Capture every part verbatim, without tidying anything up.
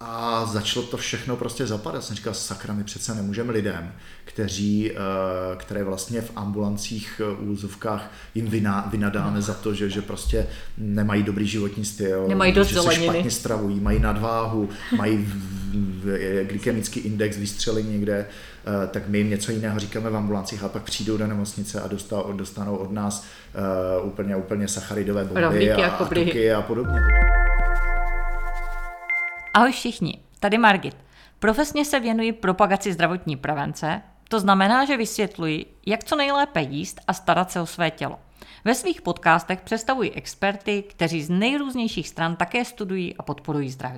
A začalo to všechno prostě zapadat. Jsem říkal, sakra, my přece nemůžeme lidem, kteří, které vlastně v ambulancích, úvozovkách jim vynadáme za to, že, že prostě nemají dobrý životní styl, nemají dost že se zeleniny, špatně stravují, mají nadváhu, mají glykemický index vystřelení někde, tak my jim něco jiného říkáme v ambulancích a pak přijdou do nemocnice a dostanou, dostanou od nás úplně, úplně sacharidové bomby a, a tuky a podobně. Ahoj všichni, tady Margit. Profesně se věnuji propagaci zdravotní prevence, to znamená, že vysvětluji, jak co nejlépe jíst a starat se o své tělo. Ve svých podcastech představuji experty, kteří z nejrůznějších stran také studují a podporují zdraví.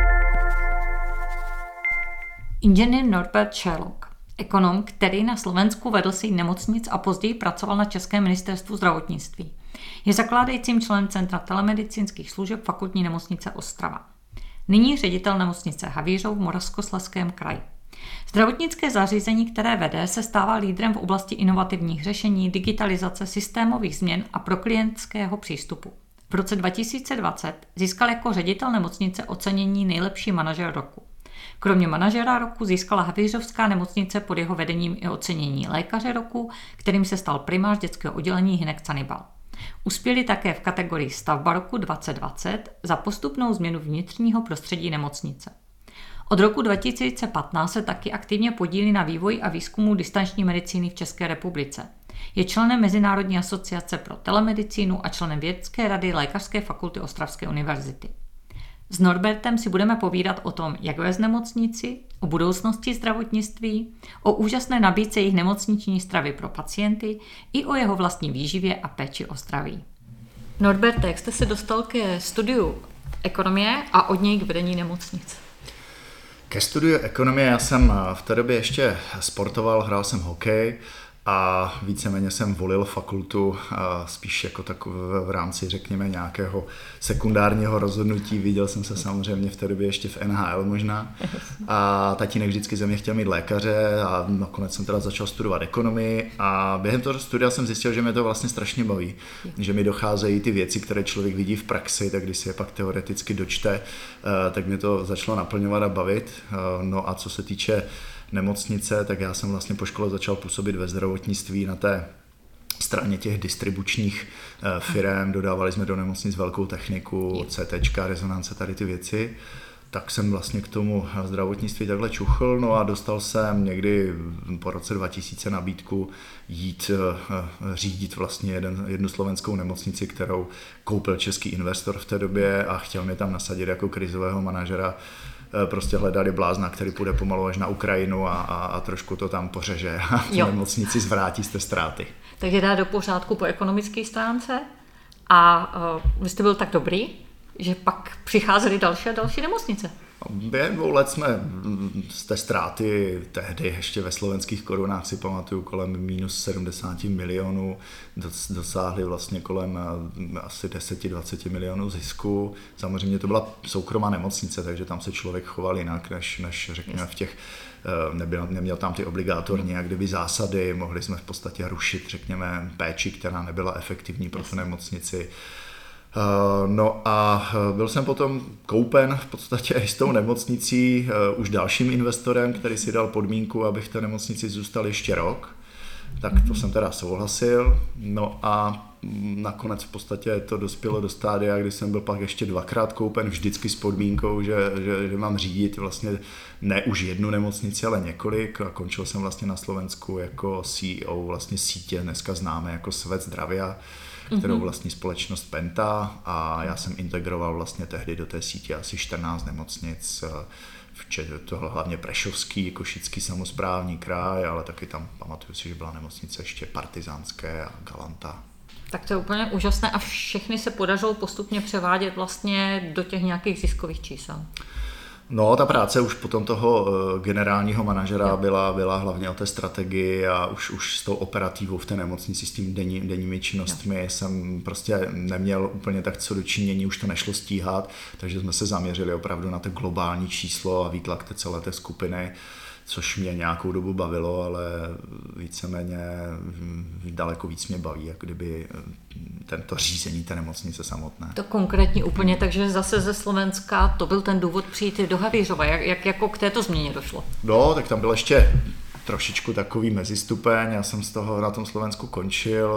Inženýr Norbert Sherlock, ekonom, který na Slovensku vedl síť nemocnic a později pracoval na Českém ministerstvu zdravotnictví. Je zakládajícím členem Centra telemedicínských služeb Fakultní nemocnice Ostrava. Nyní ředitel nemocnice Havířov v Moravskoslezském kraji. Zdravotnické zařízení, které vede, se stává lídrem v oblasti inovativních řešení, digitalizace, systémových změn a proklientského přístupu. V roce dva tisíce dvacet získal jako ředitel nemocnice ocenění nejlepší manažer roku. Kromě manažera roku získala Havířovská nemocnice pod jeho vedením i ocenění lékaře roku, kterým se stal primář dětského oddělení Hynek Canibal. Uspěli také v kategorii Stavba roku dvacet dvacet za postupnou změnu vnitřního prostředí nemocnice. Od roku dva tisíce patnáct se taky aktivně podílí na vývoji a výzkumu distanční medicíny v České republice. Je členem Mezinárodní asociace pro telemedicínu a členem vědecké rady Lékařské fakulty Ostravské univerzity. S Norbertem si budeme povídat o tom, jak vést nemocnici, o budoucnosti zdravotnictví, o úžasné nabídce jejich nemocniční stravy pro pacienty i o jeho vlastní výživě a péči o zdraví. Norberte, jak jste se dostal ke studiu ekonomie a od něj k vedení nemocnic? Ke studiu ekonomie já jsem v té době ještě sportoval, hrál jsem hokej a víceméně jsem volil fakultu spíš jako tak v rámci, řekněme, nějakého sekundárního rozhodnutí. Viděl jsem se samozřejmě v té době ještě v N H L možná. A tatínek vždycky ze mě chtěl mít lékaře a nakonec jsem teda začal studovat ekonomii a během toho studia jsem zjistil, že mě to vlastně strašně baví. Že mi docházejí ty věci, které člověk vidí v praxi, tak když si je pak teoreticky dočte, tak mě to začalo naplňovat a bavit. No a co se týče nemocnice, tak já jsem vlastně po škole začal působit ve zdravotnictví na té straně těch distribučních firem, dodávali jsme do nemocnic velkou techniku, C T čka, rezonance, tady ty věci. Tak jsem vlastně k tomu zdravotnictví takhle čuchl, no a dostal jsem někdy po roce dva tisíce nabídku jít řídit vlastně jeden, jednu slovenskou nemocnici, kterou koupil český investor v té době a chtěl mě tam nasadit jako krizového manažera. Prostě hledali blázna, který půjde pomalu až na Ukrajinu a, a, a trošku to tam pořeže a v nemocnici zvrátí z té ztráty. Takže dá do pořádku po ekonomické stránce a uh, vy jste byl tak dobrý, že pak přicházely další a další nemocnice. Během dvou let jsme z té ztráty tehdy ještě ve slovenských korunách si pamatuju kolem minus sedmdesát milionů, dosáhli vlastně kolem asi deset až dvacet milionů zisku. Samozřejmě to byla soukromá nemocnice, takže tam se člověk choval jinak, než, než řekněme v těch, nebyl, neměl tam ty obligátorní jak kdyby zásady, mohli jsme v podstatě rušit, řekněme, péči, která nebyla efektivní pro tu nemocnici. No a byl jsem potom koupen v podstatě i s tou nemocnicí už dalším investorem, který si dal podmínku, aby v té nemocnici zůstal ještě rok. Tak to jsem teda souhlasil. No a nakonec v podstatě to dospělo do stádia, kdy jsem byl pak ještě dvakrát koupen, vždycky s podmínkou, že, že, že mám řídit vlastně ne už jednu nemocnici, ale několik. A končil jsem vlastně na Slovensku jako C E O vlastně sítě, dneska známe jako Svět Zdravia, kterou vlastní společnost Penta a já jsem integroval vlastně tehdy do té sítě asi čtrnáct nemocnic, to hlavně Prešovský, Košický samosprávní kraj, ale taky tam pamatuju si, že byla nemocnice ještě Partizánské a Galanta. Tak to je úplně úžasné a všechny se podařilo postupně převádět vlastně do těch nějakých ziskových čísel. No, ta práce už potom toho generálního manažera byla, byla hlavně o té strategii a už, už s tou operativou v té nemocnici, s tím denní, denními činnostmi jo. jsem prostě neměl úplně tak co dočinění, už to nešlo stíhat, takže jsme se zaměřili opravdu na to globální číslo a výtlak té celé té skupiny, což mě nějakou dobu bavilo, ale víceméně daleko víc mě baví, jak kdyby tento řízení té nemocnice samotné. To konkrétně úplně, takže zase ze Slovenska to byl ten důvod přijít do Havířova. Jak, jak jako k této změně došlo? No, tak tam byl ještě trošičku takový mezistupeň. Já jsem z toho na tom Slovensku končil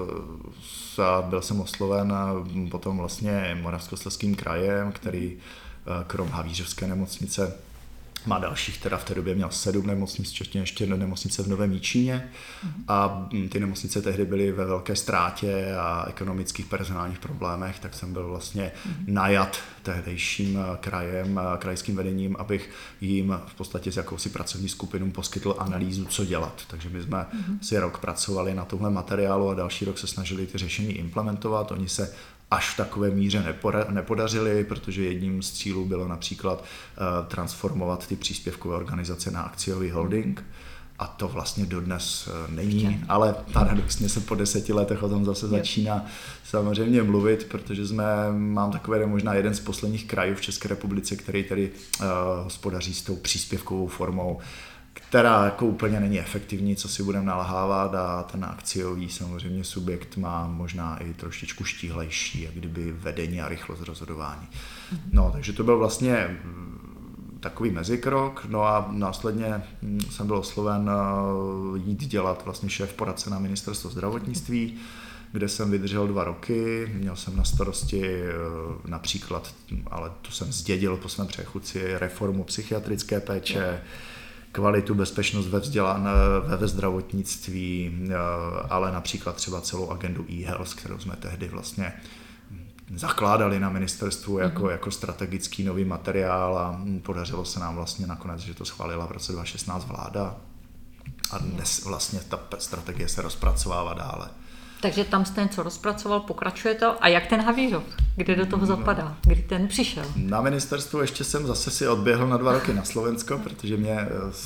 a byl jsem osloven potom vlastně Moravskoslezským krajem, který krom Havířovské nemocnice má dalších, teda v té době měl sedm nemocnic, včetně ještě nemocnice v Novém Jičíně a ty nemocnice tehdy byly ve velké ztrátě a ekonomických personálních problémech, tak jsem byl vlastně najat tehdejším krajem, krajským vedením, abych jim v podstatě s jakousi pracovní skupinou poskytl analýzu, co dělat. Takže my jsme si rok pracovali na tomhle materiálu a další rok se snažili ty řešení implementovat. Oni se až v takové míře nepodařili, protože jedním z cílů bylo například uh, transformovat ty příspěvkové organizace na akciový holding a to vlastně dodnes uh, není, ale paradoxně se po deseti letech o tom zase začíná samozřejmě mluvit, protože jsme, mám takové možná jeden z posledních krajů v České republice, který tady uh, hospodaří s tou příspěvkovou formou, která jako úplně není efektivní, co si budeme nalhávat a ten akciový samozřejmě subjekt má možná i trošičku štíhlejší, jak kdyby vedení a rychlost rozhodování. No, takže to byl vlastně takový mezikrok, no a následně jsem byl osloven jít dělat vlastně šéf poradce na ministerstvo zdravotnictví, kde jsem vydržel dva roky, měl jsem na starosti například, ale to jsem zdědil po svém předchůdci, reformu psychiatrické péče, kvalitu, bezpečnost ve vzdělání, ve zdravotnictví, ale například třeba celou agendu e-health, kterou jsme tehdy vlastně zakládali na ministerstvu jako, mm-hmm. jako strategický nový materiál a podařilo se nám vlastně nakonec, že to schválila v roce dva tisíce šestnáct vláda a dnes vlastně ta strategie se rozpracovává dále. Takže tam jste něco rozpracoval, pokračuje to. A jak ten Havířov? Kde do toho zapadá? Kdy ten přišel? Na ministerstvu ještě jsem zase si odběhl na dva roky na Slovensko, protože mě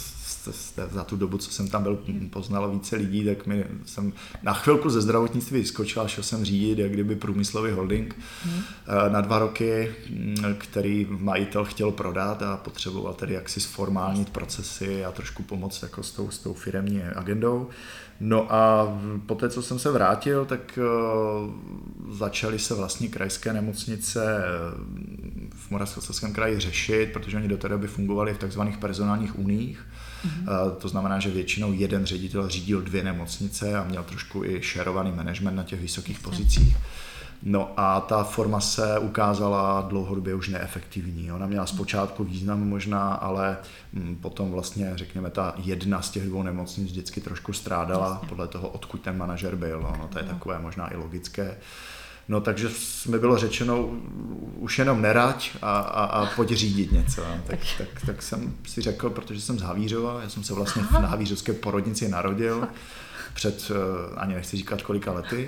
za tu dobu, co jsem tam byl, poznalo více lidí, tak mi jsem na chvilku ze zdravotnictví vyskočil a šel jsem řídit jak kdyby průmyslový holding hmm. na dva roky, který majitel chtěl prodat a potřeboval tedy jaksi sformálnit procesy a trošku pomoct jako s tou, s tou firemní agendou. No a poté, co jsem se vrátil, tak uh, začaly se vlastně krajské nemocnice v Moravskoslezském kraji řešit, protože oni do té doby fungovali v takzvaných personálních uniích. Mm-hmm. Uh, to znamená, že většinou jeden ředitel řídil dvě nemocnice a měl trošku i šerovaný management na těch vysokých pozicích. No a ta forma se ukázala dlouhodobě už neefektivní. Ona měla zpočátku význam možná, ale potom vlastně, řekněme, ta jedna z těch dvou nemocnic vždycky trošku strádala Jasně. podle toho, odkud ten manažer byl. No, to je takové možná i logické. No takže mi bylo řečeno, už jenom neraď a, a, a pojď řídit něco. Tak, tak, tak jsem si řekl, protože jsem z Havířova, já jsem se vlastně Aha. na havířovské porodnici narodil před, ani nechci říkat kolika lety.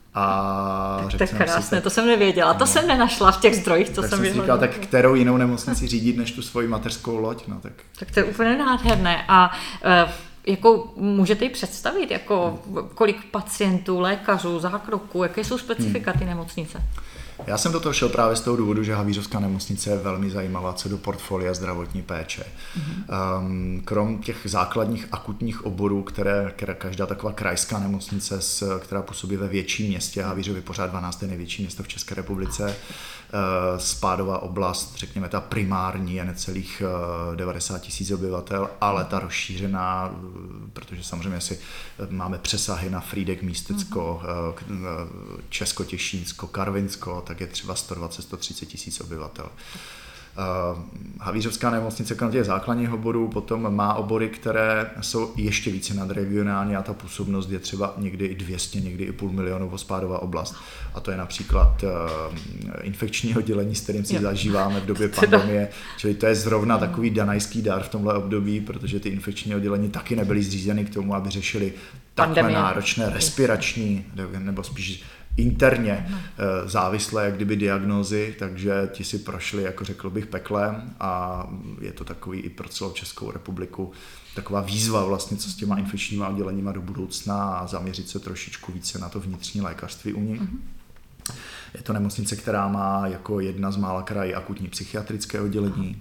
A tak to je krásné, tak, to jsem nevěděla, to no, jsem nenašla v těch zdrojích, co tak jsem vyhledala. Tak kterou jinou nemocnici řídit, než tu svoji mateřskou loď? No, tak. tak to je úplně nádherné. A uh, jako můžete ji představit, jako kolik pacientů, lékařů, zákroků, jaké jsou specifika ty nemocnice? Já jsem do toho šel právě z toho důvodu, že Havířovská nemocnice je velmi zajímavá co do portfolia zdravotní péče. Mm-hmm. Um, krom těch základních akutních oborů, které, které každá taková krajská nemocnice, která působí ve větším městě, Havířov je pořád dvanácté největší město v České republice, uh, spádová oblast, řekněme ta primární, je necelých uh, devadesát tisíc obyvatel, ale ta rozšířená, uh, protože samozřejmě si máme přesahy na Frýdek, Místecko, mm-hmm. uh, Česko-Těšínsko, Karvinsko, tak je třeba sto dvacet až sto třicet tisíc obyvatel. Uh, Havířovská nemocnice kromě těch základních oborů potom má obory, které jsou ještě více nadregionální a ta působnost je třeba někdy i dvě stě, někdy i půl milionu spádová oblast. A to je například uh, infekční oddělení, s kterým si jo. zažíváme v době pandemie. Čili to je zrovna takový danajský dar v tomhle období, protože ty infekční oddělení taky nebyly zřízeny k tomu, aby řešili takhle pandemie. Náročné respirační nebo spíš interně závislé jak kdyby diagnózy, takže ti si prošli, jako řekl bych, peklem a je to takový i pro celou Českou republiku taková výzva vlastně, co s těma infekčníma odděleníma do budoucna a zaměřit se trošičku více na to vnitřní lékařství u nich. Je to nemocnice, která má jako jedna z mála krajů akutní psychiatrické oddělení.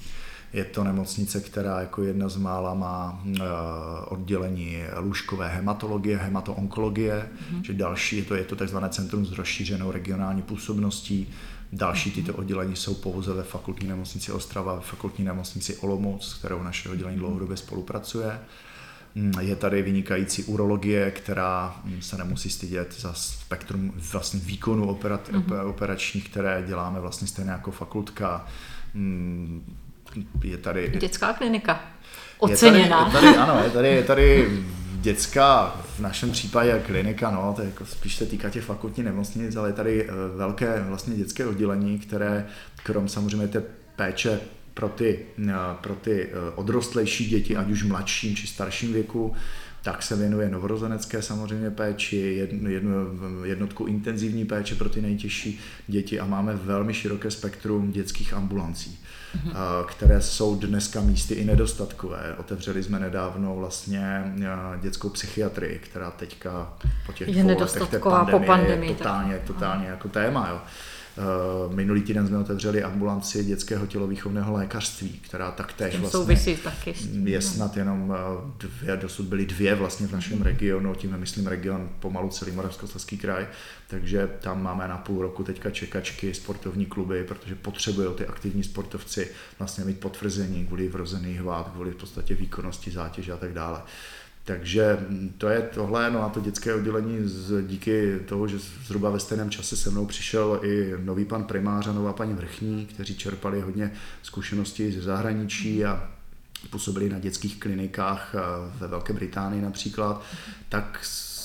Je to nemocnice, která jako jedna z mála má oddělení lůžkové hematologie, hematoonkologie, mm. že další, je to, je to takzvané centrum s rozšířenou regionální působností. Další tyto oddělení jsou pouze ve fakultní nemocnici Ostrava, ve fakultní nemocnici Olomouc, s kterou naše oddělení dlouhodobě spolupracuje. Je tady vynikající urologie, která se nemusí stydět za spektrum vlastně výkonů operat, mm-hmm. operačních, které děláme vlastně stejně jako fakultka. Je tady... Dětská klinika. Oceněná. Je tady, je tady, ano, je tady, je tady dětská, v našem případě klinika, no, to je jako spíš se týká těch fakultních nemocnic, ale je tady velké vlastně dětské oddělení, které krom samozřejmě té péče pro ty, pro ty odrostlejší děti, ať už v mladším či starším věku, tak se věnuje novorozenecké samozřejmě péči, jednotku intenzivní péče pro ty nejtěžší děti a máme velmi široké spektrum dětských ambulancí, mm-hmm. které jsou dneska místy i nedostatkové. Otevřeli jsme nedávno vlastně dětskou psychiatrii, která teďka po těch dvou letech té pandemie, po pandemii, je totálně, totálně jako téma. Jo. Minulý týden jsme otevřeli ambulanci dětského tělovýchovného lékařství, která taktéž vlastně taky. je snad jenom dvě, dosud byly dvě vlastně v našem regionu, tím myslím region pomalu celý Moravskoslezský kraj, takže tam máme na půl roku teďka čekačky, sportovní kluby, protože potřebují ty aktivní sportovci vlastně mít potvrzení kvůli vrozený hvat, kvůli v podstatě výkonnosti, zátěže a tak dále. Takže to je tohle, no a to dětské oddělení díky toho, že zhruba ve stejném čase se mnou přišel i nový pan primář a nová paní vrchní, kteří čerpali hodně zkušeností ze zahraničí a působili na dětských klinikách ve Velké Británii například, tak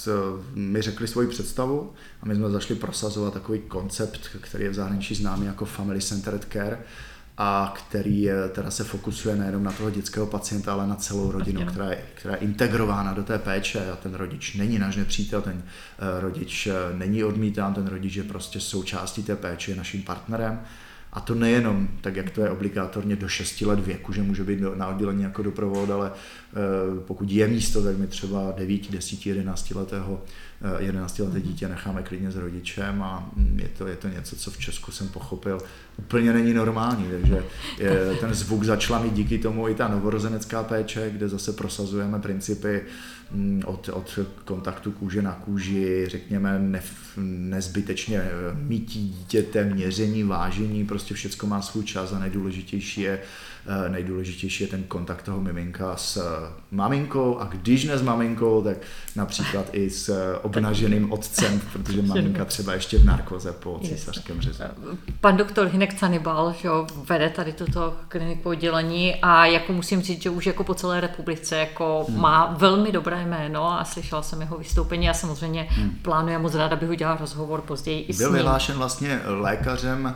mi řekli svoji představu a my jsme zašli prosazovat takový koncept, který je v zahraničí známý jako Family Centered Care, a který teda se fokusuje nejenom na toho dětského pacienta, ale na celou rodinu, která je, která je integrována do té péče a ten rodič není náš nepřítel, ten rodič není odmítán, ten rodič je prostě součástí té péče, je naším partnerem. A to nejenom tak, jak to je obligatorně do šesti let věku, že může být na oddělení jako doprovod, ale pokud je místo, tak my třeba devět, deset, jedenáct letého jedenáctileté dítě necháme klidně s rodičem a je to, je to něco, co v Česku jsem pochopil úplně není normální, takže je, ten zvuk začala mít díky tomu i ta novorozenecká péče, kde zase prosazujeme principy od, od kontaktu kůže na kůži, řekněme ne, nezbytečně mítí dítěte, měření, vážení, prostě všecko má svůj čas a nejdůležitější je, nejdůležitější je ten kontakt toho miminka s maminkou a když ne s maminkou, tak například i s obnaženým otcem, protože maminka třeba ještě v narkoze po císařském řezu. Pan doktor Hynek Canibal, že jo, vede tady tuto kliniku oddělení a jako musím říct, že už jako po celé republice jako hmm. má velmi dobré jméno a slyšela jsem jeho vystoupení a samozřejmě hmm. plánuji moc ráda, abych udělala rozhovor později i s ním. Byl vyhlášen vlastně lékařem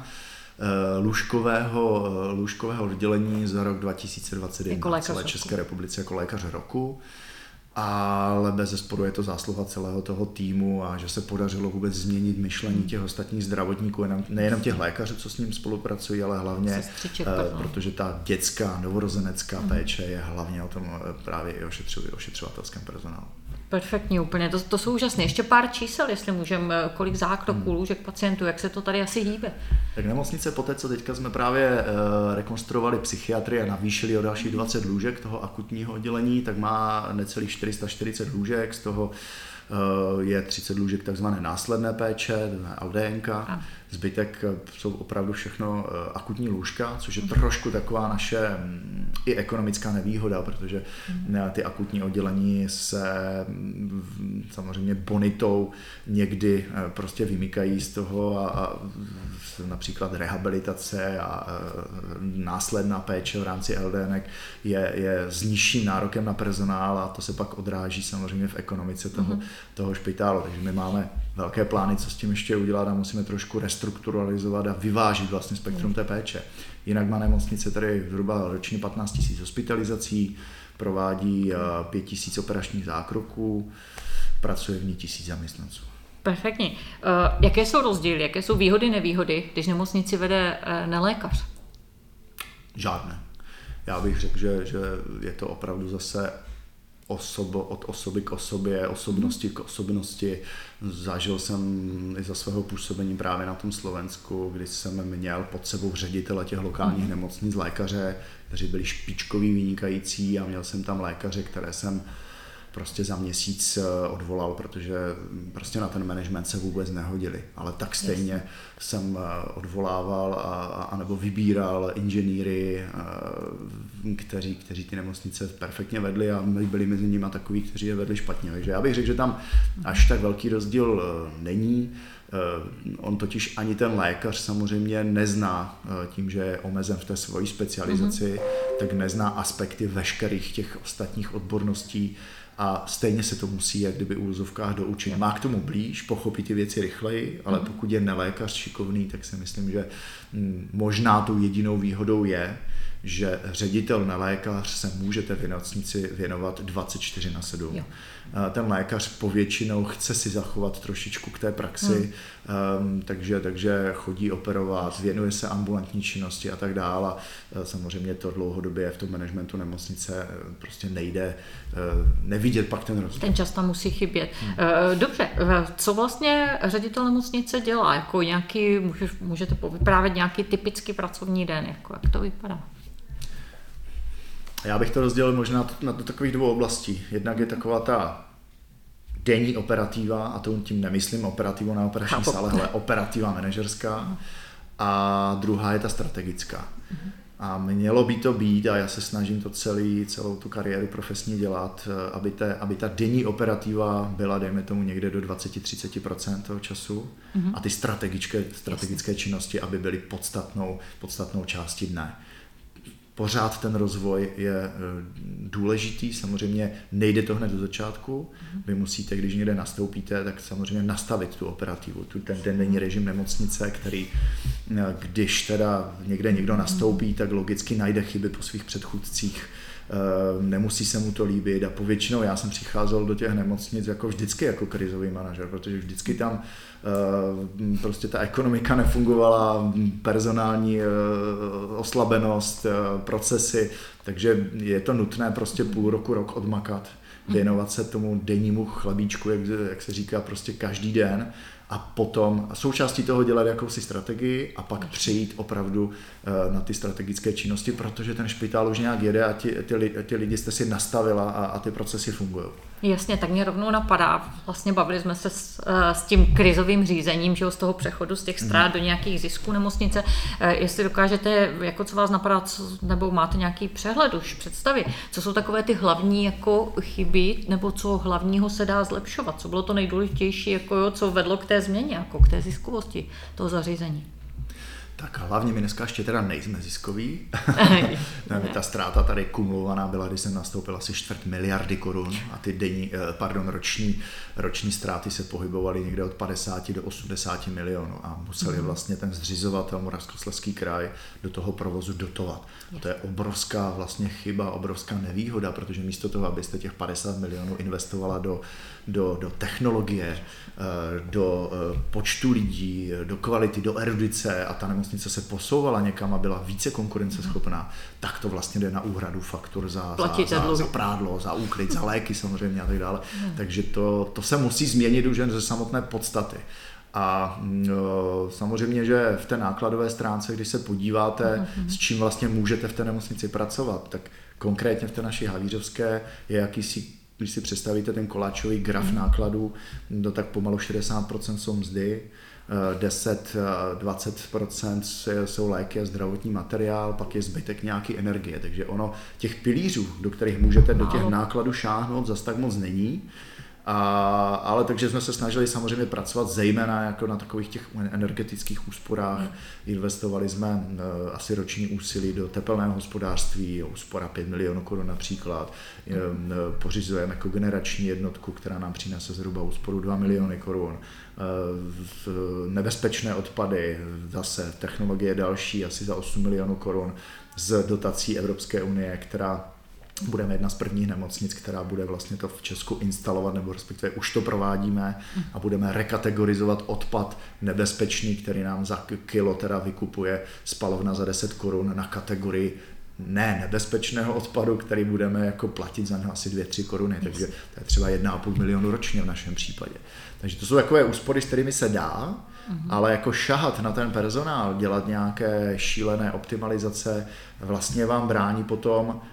lůžkového, lůžkového oddělení za rok dva tisíce dvacet jedna v celé České republice jako lékař roku. Ale bezesporu je to zásluha celého toho týmu a že se podařilo vůbec změnit myšlení těch ostatních zdravotníků, nejenom těch lékařů, co s ním spolupracují, ale hlavně, protože ta dětská, novorozenecká péče je hlavně o tom právě i ošetřovatelském personálu. Perfektní, úplně, to, to jsou úžasné. Ještě pár čísel, jestli můžeme, kolik zákroků, hmm. lůžek pacientů, jak se to tady asi hýbe? Tak nemocnice poté, co teďka jsme právě uh, rekonstruovali psychiatrii a navýšili o dalších dvacet lůžek toho akutního oddělení, tak má necelých čtyři sta čtyřicet lůžek, z toho uh, je třicet lůžek takzvané následné péče, L D N K. Zbytek jsou opravdu všechno akutní lůžka, což je trošku taková naše i ekonomická nevýhoda, protože ty akutní oddělení se samozřejmě bonitou někdy prostě vymykají z toho a, a například rehabilitace a následná péče v rámci L D N je, je s nižším nárokem na personál a to se pak odráží samozřejmě v ekonomice toho, mm-hmm. toho špitálu. Takže my máme velké plány, co s tím ještě udělat a musíme trošku restrukturalizovat a vyvážit vlastně spektrum té péče. Jinak má nemocnice tady zhruba ročně patnáct tisíc hospitalizací, provádí pět tisíc operačních zákroků, pracuje v ní tisíc zaměstnanců. Perfektně. Uh, jaké jsou rozdíly, jaké jsou výhody, nevýhody, když nemocnici vede uh, nelékař? Žádné. Já bych řekl, že, že je to opravdu zase osobo, od osoby k osobě, osobnosti k osobnosti. Zažil jsem i za svého působení právě na tom Slovensku, kdy jsem měl pod sebou ředitele těch lokálních nemocnic, lékaře, kteří byli špičkoví, vynikající, a měl jsem tam lékaře, které jsem prostě za měsíc odvolal, protože prostě na ten management se vůbec nehodili. Ale tak stejně yes. jsem odvolával a, a nebo vybíral inženýry, kteří, kteří ty nemocnice perfektně vedli, a byli mezi nimi takoví, kteří je vedli špatně. Takže já bych řekl, že tam až tak velký rozdíl není. On totiž ani ten lékař samozřejmě nezná, tím, že je omezen v té svojí specializaci, mm-hmm. tak nezná aspekty veškerých těch ostatních odborností, a stejně se to musí jak kdyby v úvozovkách doučit. Má k tomu blíž, pochopí ty věci rychleji, ale pokud je nelékař šikovný, tak si myslím, že možná tou jedinou výhodou je, že ředitel nelékař se můžete v nemocnici věnovat dvacet čtyři na sedm. Jo. Ten lékař povětšinou chce si zachovat trošičku k té praxi, hmm. um, takže, takže chodí operovat, věnuje se ambulantní činnosti a tak dále. Samozřejmě to dlouhodobě v tom managementu nemocnice prostě nejde nevidět pak ten rozdíl. Ten čas tam musí chybět. Hmm. Dobře, co vlastně ředitel nemocnice dělá? Jako nějaký, můžete povyprávět nějaký typický pracovní den, jako jak to vypadá? Já bych to rozdělil možná na takových dvou oblastí. Jednak je taková ta denní operativa, a to tím nemyslím operativu na operační sále, ale operativa manažerská. A druhá je ta strategická. A mělo by to být, a já se snažím to celý, celou tu kariéru profesně dělat, aby, te, aby ta denní operativa byla, dejme tomu, někde do dvacet až třicet procent toho času, mm-hmm. a ty strategické, strategické činnosti, aby byly podstatnou, podstatnou částí dne. Pořád ten rozvoj je důležitý, samozřejmě nejde to hned do začátku, vy musíte, když někde nastoupíte, tak samozřejmě nastavit tu operativu, tu, ten denní režim nemocnice, který, když teda někde někdo nastoupí, tak logicky najde chyby po svých předchůdcích, nemusí se mu to líbit, a povětšinou já jsem přicházel do těch nemocnic jako vždycky jako krizový manažer, protože vždycky tam prostě ta ekonomika nefungovala, personální oslabenost, procesy, takže je to nutné prostě půl roku, rok odmakat, věnovat se tomu dennímu chlebíčku, jak, jak se říká, prostě každý den, a potom součástí toho dělat jakousi strategii a pak přejít opravdu na ty strategické činnosti, protože ten špitál už nějak jede a ti, ty, ty lidi jste si nastavila a, a ty procesy fungují. Jasně, tak mě rovnou napadá, vlastně bavili jsme se s, s tím krizovým řízením, že z toho přechodu z těch ztrát mm. do nějakých zisků nemocnice, jestli dokážete, jako co vás napadá, co, nebo máte nějaký přehled už představit, co jsou takové ty hlavní jako chyby, nebo co hlavního se dá zlepšovat, co bylo to nejdůležitější, jako co vedlo k té změně, jako k té ziskovosti toho zařízení. Tak hlavně my dneska ještě teda nejsme ziskoví. Ta ztráta tady kumulovaná byla, když jsem nastoupil, asi čtvrt miliardy korun, a ty denní, pardon, roční, roční ztráty se pohybovaly někde od padesát do osmdesát milionů, a museli vlastně ten zřizovatel Moravskoslezský kraj do toho provozu dotovat. A to je obrovská vlastně chyba, obrovská nevýhoda, protože místo toho, abyste těch padesát milionů investovala do, do, do technologie, do počtu lidí, do kvality, do erudice, a ta nemocnice se posouvala někam a byla více konkurenceschopná, tak to vlastně jde na úhradu faktur za, za, za, za prádlo, za úklid, za léky samozřejmě a tak dále. Hmm. Takže to, to se musí změnit už jen ze samotné podstaty. A no, samozřejmě, že v té nákladové stránce, když se podíváte, mm-hmm. s čím vlastně můžete v té nemocnici pracovat, tak konkrétně v té naší havířovské je jakýsi, když si představíte ten koláčový graf mm-hmm. nákladů, no, tak pomalu šedesát procent jsou mzdy, deset až dvacet procent jsou léky a zdravotní materiál, pak je zbytek nějaký energie. Takže ono, těch pilířů, do kterých můžete do těch nákladů šáhnout, zas tak moc není. A, ale takže jsme se snažili samozřejmě pracovat zejména jako na takových těch energetických úsporách. Mm. Investovali jsme uh, asi roční úsilí do tepelného hospodářství, úspora pět milionů korun například. Mm. Um, pořizujeme kogenerační jednotku, která nám přinese zhruba úsporu dva miliony korun. Uh, nebezpečné odpady, zase technologie další, asi za osm milionů korun z dotací Evropské unie, která budeme jedna z prvních nemocnic, která bude vlastně to v Česku instalovat, nebo respektive už to provádíme, a budeme rekategorizovat odpad nebezpečný, který nám za kilo teda vykupuje spalovna za deset korun, na kategorii ne nebezpečného odpadu, který budeme jako platit za něho asi dvě tři koruny, takže to je třeba jedna a půl milionu ročně v našem případě. Takže to jsou takové úspory, s kterými se dá, mm-hmm. ale jako šahat na ten personál, dělat nějaké šílené optimalizace, vlastně vám brání potom uh,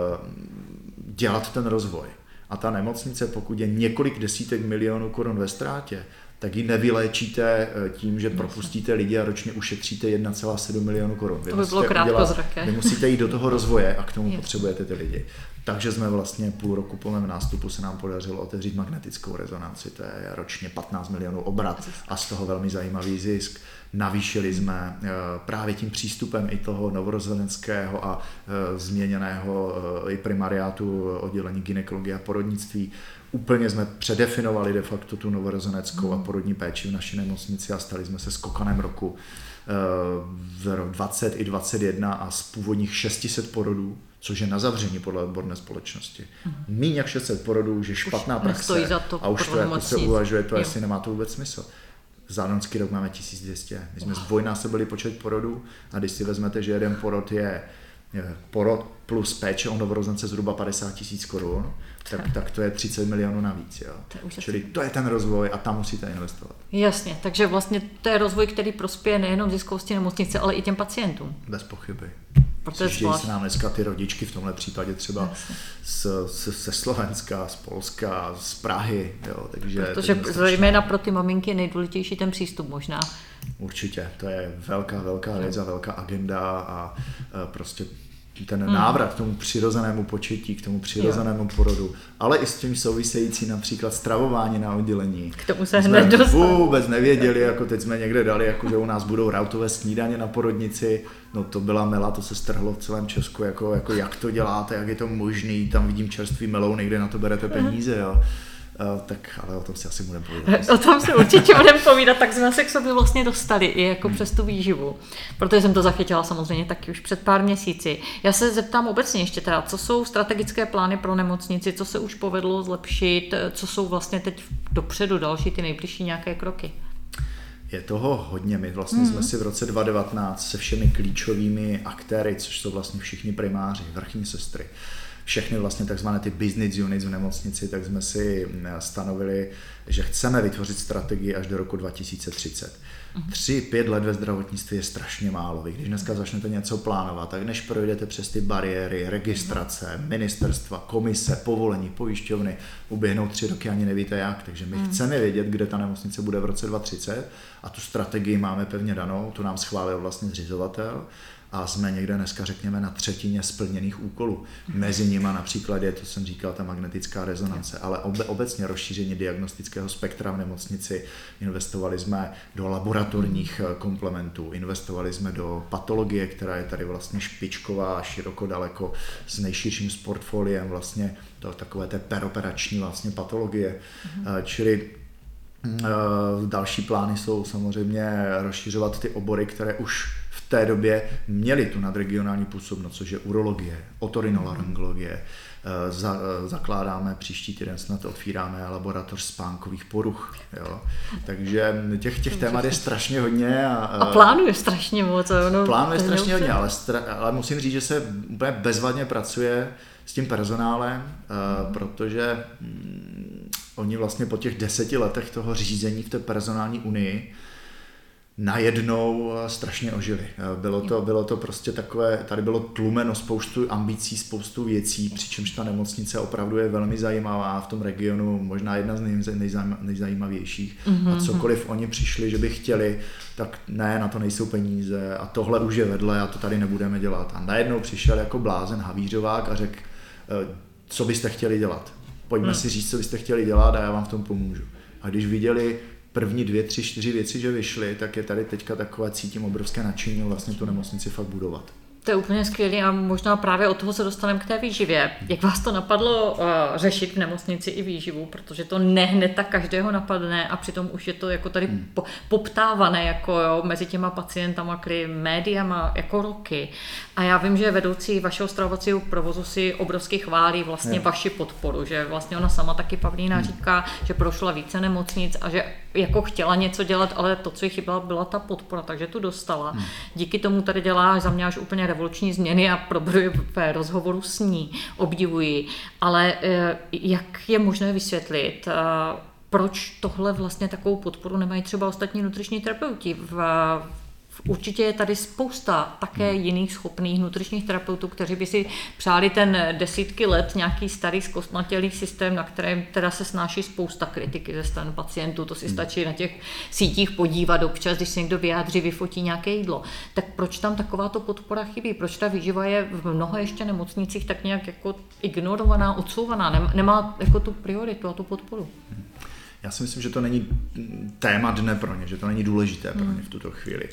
dělat ten rozvoj. A ta nemocnice, pokud je několik desítek milionů korun ve ztrátě, tak ji nevyléčíte tím, že propustíte lidi a ročně ušetříte jedna celá sedm milionu korun. To by bylo krátkozraké. Vy musíte jít do toho rozvoje a k tomu potřebujete ty lidi. Takže jsme vlastně půl roku po mém nástupu se nám podařilo otevřít magnetickou rezonanci. To je ročně patnáct milionů obrat a z toho velmi zajímavý zisk. Navýšili jsme právě tím přístupem i toho novorozeneckého a změněného i primariátu oddělení gynekologie a porodnictví. Úplně jsme předefinovali de facto tu novorozeneckou a porodní péči v naší nemocnici a stali jsme se skokanem roku v rok dvacet i dvacet jedna a z původních šest set porodů, což je na zavření podle odborné společnosti. Míň jak šest set porodů, už je špatná praxe a už to jako se uvažuje, to asi nemá to vůbec smysl. Za loňský rok máme tisíc dvě stě. My jsme zdvojnásobili počet porodů a když si vezmete, že jeden porod je porod plus péče o novorozence zhruba padesát tisíc korun, tak, tak to je třicet milionů navíc. Jo. To Čili to je ten rozvoj a tam musíte investovat. Jasně, takže vlastně to je rozvoj, který prospěje nejenom ziskovosti nemocnice, ale i těm pacientům. Bez pochyby. Přijíždějí se nám dneska ty rodičky, v tomhle případě třeba z, z, ze Slovenska, z Polska, z Prahy. Jo, takže protože zejména pro ty maminky je nejdůležitější ten přístup možná. Určitě, to je velká, velká věc a velká agenda a, a prostě ten hmm. návrat k tomu přirozenému početí, k tomu přirozenému jo. porodu, ale i s tím související například stravování na oddělení. K tomu se hned dostane. Vůbec nevěděli, jako teď jsme někde dali, jako že u nás budou rautové snídaně na porodnici, no to byla mela, to se strhlo v celém Česku, jako, jako jak to děláte, jak je to možný, tam vidím čerstvý melouny, kde na to berete peníze, jo. Uh, tak, ale o tom si asi budeme povídat. O tom si určitě budeme povídat, tak jsme se k sobě vlastně dostali i jako hmm. přes tu výživu, protože jsem to zachytila samozřejmě taky už před pár měsíci. Já se zeptám obecně ještě teda, co jsou strategické plány pro nemocnici, co se už povedlo zlepšit, co jsou vlastně teď dopředu další ty nejbližší nějaké kroky? Je toho hodně. My vlastně hmm. jsme si v roce dva tisíce devatenáct se všemi klíčovými aktéry, což jsou vlastně všichni primáři, vrchní sestry, všechny vlastně takzvané ty business units v nemocnici, tak jsme si stanovili, že chceme vytvořit strategii až do roku dva tisíce třicet. Tři, pět let ve zdravotnictví je strašně málo. Vy když dneska začnete něco plánovat, tak než projdete přes ty bariéry, registrace, ministerstva, komise, povolení, pojišťovny, uběhnou tři roky, ani nevíte jak. Takže my chceme vědět, kde ta nemocnice bude v roce dva tisíce třicet a tu strategii máme pevně danou, tu nám schválil vlastně zřizovatel. A jsme někde dneska, řekněme, na třetině splněných úkolů. Mezi nimi například je, to jsem říkal, ta magnetická rezonance, ale obe, obecně rozšíření diagnostického spektra v nemocnici. Investovali jsme do laboratorních komplementů, investovali jsme do patologie, která je tady vlastně špičková, široko daleko s nejširším s portfoliem vlastně to takové té peroperační vlastně patologie. Mm-hmm. Čili další plány jsou samozřejmě rozšiřovat ty obory, které už v té době měli tu nadregionální působnost, což je urologie, otorinolaryngologie. Za, zakládáme příští týden, snad otvíráme laboratoř spánkových poruch. Jo. Takže těch, těch témat je strašně hodně. A, a plánu je strašně moc. No, plánu je strašně hodně, ale, stra, ale musím říct, že se úplně bezvadně pracuje s tím personálem, mm. protože mm, oni vlastně po těch deseti letech toho řízení v té personální unii najednou strašně ožili. Bylo to, bylo to prostě takové, tady bylo tlumeno spoustu ambicí, spoustu věcí, přičemž ta nemocnice opravdu je velmi zajímavá v tom regionu, možná jedna z nejzajímavějších. Mm-hmm. A cokoliv oni přišli, že by chtěli, tak ne, na to nejsou peníze a tohle už je vedle a to tady nebudeme dělat. A najednou přišel jako blázen Havířovák a řekl, co byste chtěli dělat. Pojďme mm. si říct, co byste chtěli dělat a já vám v tom pomůžu. A když viděli první dvě, tři, čtyři věci, že vyšly, tak je tady teďka takové, cítím obrovské nadšení vlastně tu nemocnici fakt budovat. To je úplně skvělé a možná právě od toho se dostaneme k té výživě. Jak vás to napadlo uh, řešit v nemocnici i výživu, protože to ne hned tak každého napadne a přitom už je to jako tady hmm. po, poptávané jako jo, mezi těma pacientama, který médiama jako roky. A já vím, že vedoucí vašeho stravovacího provozu si obrovsky chválí vlastně hmm. vaši podporu, že vlastně ona sama taky Pavlína hmm. říká, že prošla více nemocnic a že jako chtěla něco dělat, ale to, co jí chyběla, byla ta podpora, takže tu dostala. Hmm. Díky tomu tady dělá za mě až úplně revoluční změny a proberu v rozhovoru s ní, obdivuji, ale jak je možné vysvětlit, proč tohle vlastně takovou podporu nemají třeba ostatní nutriční terapeuti? V, v, určitě je tady spousta také jiných schopných nutričních terapeutů, kteří by si přáli ten desítky let nějaký starý zkostnatělý systém, na kterém teda se snáší spousta kritiky ze strany pacientů. To si stačí na těch sítích podívat občas, když se někdo vyjádří, vyfotí nějaké jídlo. Tak proč tam takováto podpora chybí? Proč ta výživa je v mnoha ještě nemocnicích tak nějak jako ignorovaná, odsouvaná? Nemá jako tu prioritu a tu podporu? Já si myslím, že to není téma dne pro ně, že to není důležité pro ně v tuto chvíli.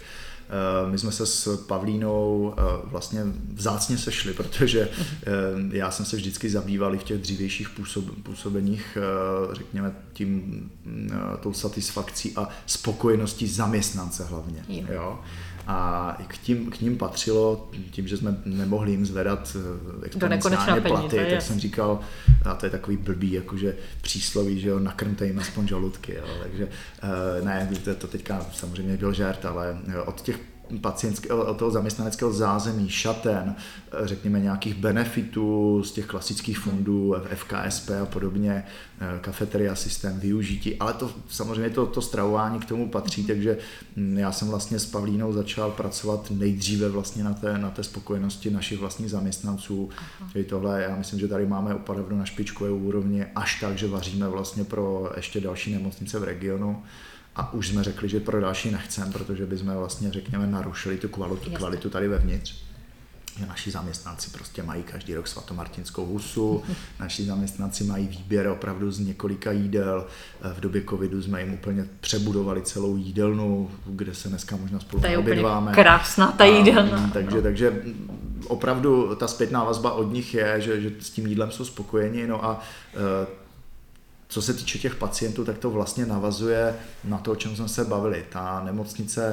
My jsme se s Pavlínou vlastně vzácně sešli, protože já jsem se vždycky zabýval i v těch dřívějších působeních, řekněme, tím, tou satisfakcí a spokojeností zaměstnance hlavně. Jo. A k, tím, k ním patřilo, tím, že jsme nemohli jim zvedat exponenciálně platy, tak je. Jsem říkal, a to je takový blbý, jakože přísloví, že jo, nakrmte jim aspoň žaludky, jo, takže ne, to teďka samozřejmě byl žert, ale od těch pacientského, od toho zaměstnaneckého zázemí, šaten, řekněme nějakých benefitů z těch klasických fondů, F K S P a podobně, kafeteria systém, využití, ale to samozřejmě to, to stravování k tomu patří, takže já jsem vlastně s Pavlínou začal pracovat nejdříve vlastně na té, na té spokojenosti našich vlastních zaměstnanců. Czyli tohle, já myslím, že tady máme opravdu na špičkové úrovni až tak, že vaříme vlastně pro ještě další nemocnice v regionu. A už jsme řekli, že pro další nechcem, protože bychom vlastně, řekněme, narušili tu kvalitu, kvalitu tady vevnitř. Že naši zaměstnanci prostě mají každý rok svatomartinskou husu, naši zaměstnanci mají výběr opravdu z několika jídel. V době covidu jsme jim úplně přebudovali celou jídelnu, kde se dneska možná spolu obědváme. Krásná ta jídelna. Takže, takže opravdu ta zpětná vazba od nich je, že, že s tím jídlem jsou spokojeni. No a co se týče těch pacientů, tak to vlastně navazuje na to, o čem jsme se bavili. Ta nemocnice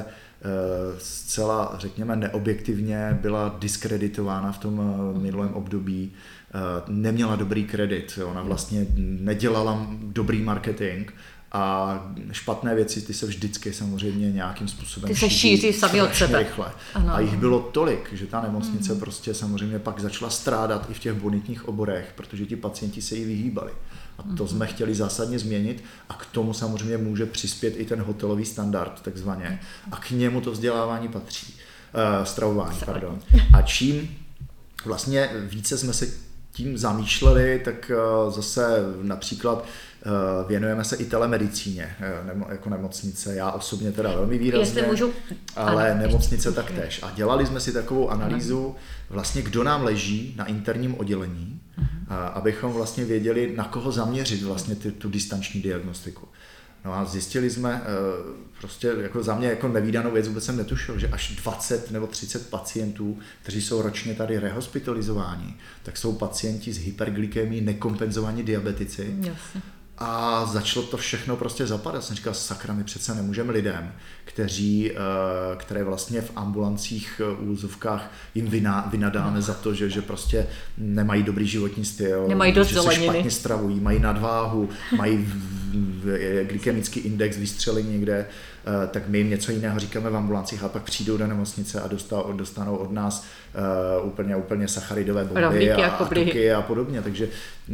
zcela, řekněme, neobjektivně byla diskreditována v tom minulém období, neměla dobrý kredit, ona vlastně nedělala dobrý marketing a špatné věci, ty se vždycky samozřejmě nějakým způsobem ty se šíří sami od sebe. Rychle. Ano. A jich bylo tolik, že ta nemocnice mm. prostě samozřejmě pak začala strádat i v těch bonitních oborech, protože ti pacienti se jí vyhýbali. A to jsme chtěli zásadně změnit a k tomu samozřejmě může přispět i ten hotelový standard takzvaně a k němu to vzdělávání patří, uh, stravování, pardon. A čím vlastně více jsme se tím zamýšleli, tak uh, zase například uh, věnujeme se i telemedicíně nemo, jako nemocnice, já osobně teda velmi výrazně, můžu... ale ano, nemocnice taktéž. A dělali jsme si takovou analýzu, vlastně kdo nám leží na interním oddělení, abychom vlastně věděli, na koho zaměřit vlastně ty, tu distanční diagnostiku. No a zjistili jsme, prostě jako za mě jako nevídanou věc, vůbec jsem netušil, že až dvacet nebo třicet pacientů, kteří jsou ročně tady rehospitalizováni, tak jsou pacienti s hyperglykemií, nekompenzovaní diabetici. Jasně. A začalo to všechno prostě zapadat. Jsem říkal, sakra, my přece nemůžeme lidem, kteří, které vlastně v ambulancích, úvozovkách jim vynadáme no. za to, že, že prostě nemají dobrý životní styl, nemají dost že zeleniny. se špatně stravují, mají nadváhu, mají glykemický index vystřelený někde, tak my jim něco jiného říkáme v ambulancích a pak přijdou do nemocnice a dostanou, dostanou od nás uh, úplně, úplně sacharidové bomby a, a tuky a podobně. Takže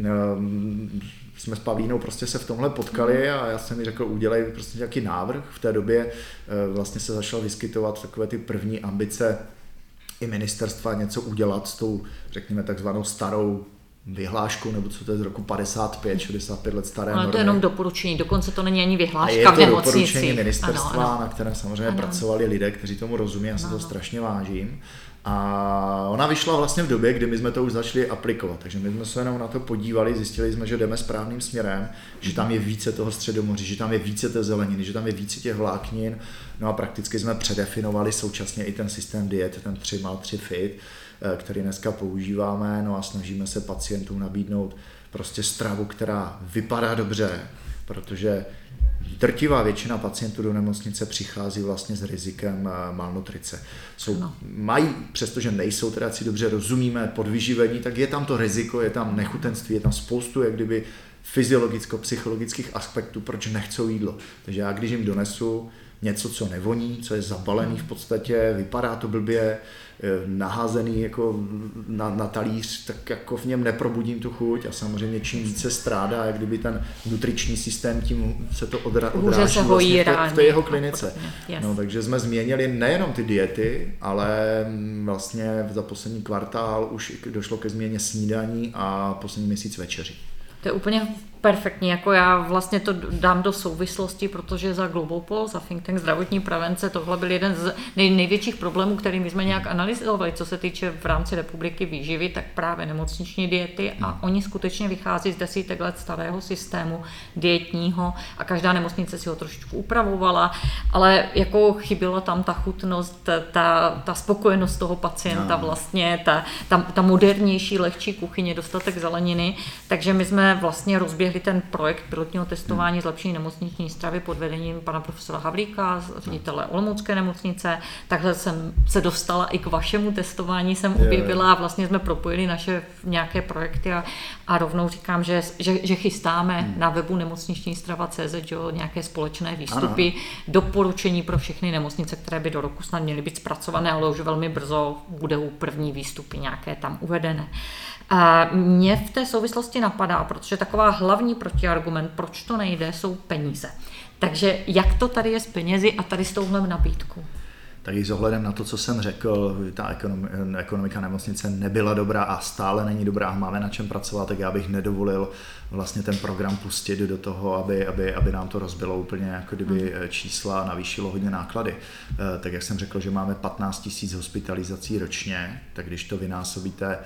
um, jsme s Pavlínou prostě se v tomhle potkali a já jsem mi řekl, udělej prostě nějaký návrh. V té době uh, vlastně se začal vyskytovat takové ty první ambice i ministerstva něco udělat s tou, řekněme, takzvanou starou vyhlášku, nebo co to je z roku padesát pět, šedesát pět let staré normy. Ale to je jenom doporučení, dokonce to není ani vyhláška v nemocnici. Je to doporučení ministerstva, ano, ano. na kterém samozřejmě ano. pracovali lidé, kteří tomu rozumí, já se to strašně vážím. A ona vyšla vlastně v době, kdy my jsme to už začali aplikovat, takže my jsme se jenom na to podívali, zjistili jsme, že jdeme správným směrem, že tam je více toho středomoří, že tam je více té zeleniny, že tam je více těch vláknin, no a prakticky jsme předefinovali současně i ten systém diet, ten tři má tři fit, který dneska používáme, no a snažíme se pacientům nabídnout prostě stravu, která vypadá dobře, protože drtivá většina pacientů do nemocnice přichází vlastně s rizikem malnutrice. Jsou, no. Mají, přestože nejsou teda si dobře rozumíme podvyživení, tak je tam to riziko, je tam nechutenství, je tam spoustu jak kdyby fyziologicko-psychologických aspektů, proč nechcou jídlo. Takže já když jim donesu něco, co nevoní, co je zabalený v podstatě, vypadá to blbě, naházený jako na, na talíř, tak jako v něm neprobudím tu chuť a samozřejmě čím více strádá, jak kdyby ten nutriční systém, tím se to odra, odráží vlastně v, té, v té jeho klinice. No, takže jsme změnili nejenom ty diety, ale vlastně za poslední kvartál už došlo ke změně snídaní a poslední měsíc večeří. To je úplně perfektní, jako já vlastně to dám do souvislosti, protože za Global Pulse, za Think Tank zdravotní prevence, tohle byl jeden z nej, největších problémů, který my jsme nějak analyzovali, co se týče v rámci republiky výživy, tak právě nemocniční diety a oni skutečně vychází z desítek let starého systému dietního a každá nemocnice si ho trošičku upravovala, ale jako chyběla tam ta chutnost, ta, ta spokojenost toho pacienta, vlastně ta, ta, ta modernější, lehčí kuchyně, dostatek zeleniny, takže my jsme vlastně rozběhli ten projekt pilotního testování zlepšení nemocniční stravy pod vedením pana profesora Havlíka, ředitele Olomoucké nemocnice. Takhle jsem se dostala i k vašemu testování, jsem objevila a vlastně jsme propojili naše nějaké projekty a, a rovnou říkám, že, že, že chystáme hmm. na webu nemocniční strava tečka cé zet jo, nějaké společné výstupy, ano. doporučení pro všechny nemocnice, které by do roku snad měly být zpracované, ale už velmi brzo budou první výstupy nějaké tam uvedené. A mě v té souvislosti napadá, protože taková hlavní protiargument, proč to nejde, jsou peníze. Takže jak to tady je s penězi a tady s touhle nabídkou? Tak i s ohledem na to, co jsem řekl, ta ekonomika nemocnice nebyla dobrá a stále není dobrá a máme na čem pracovat, tak já bych nedovolil vlastně ten program pustit do toho, aby, aby, aby nám to rozbilo úplně jako kdyby čísla a navýšilo hodně náklady. Tak jak jsem řekl, že máme patnáct tisíc hospitalizací ročně, tak když to vynásobíte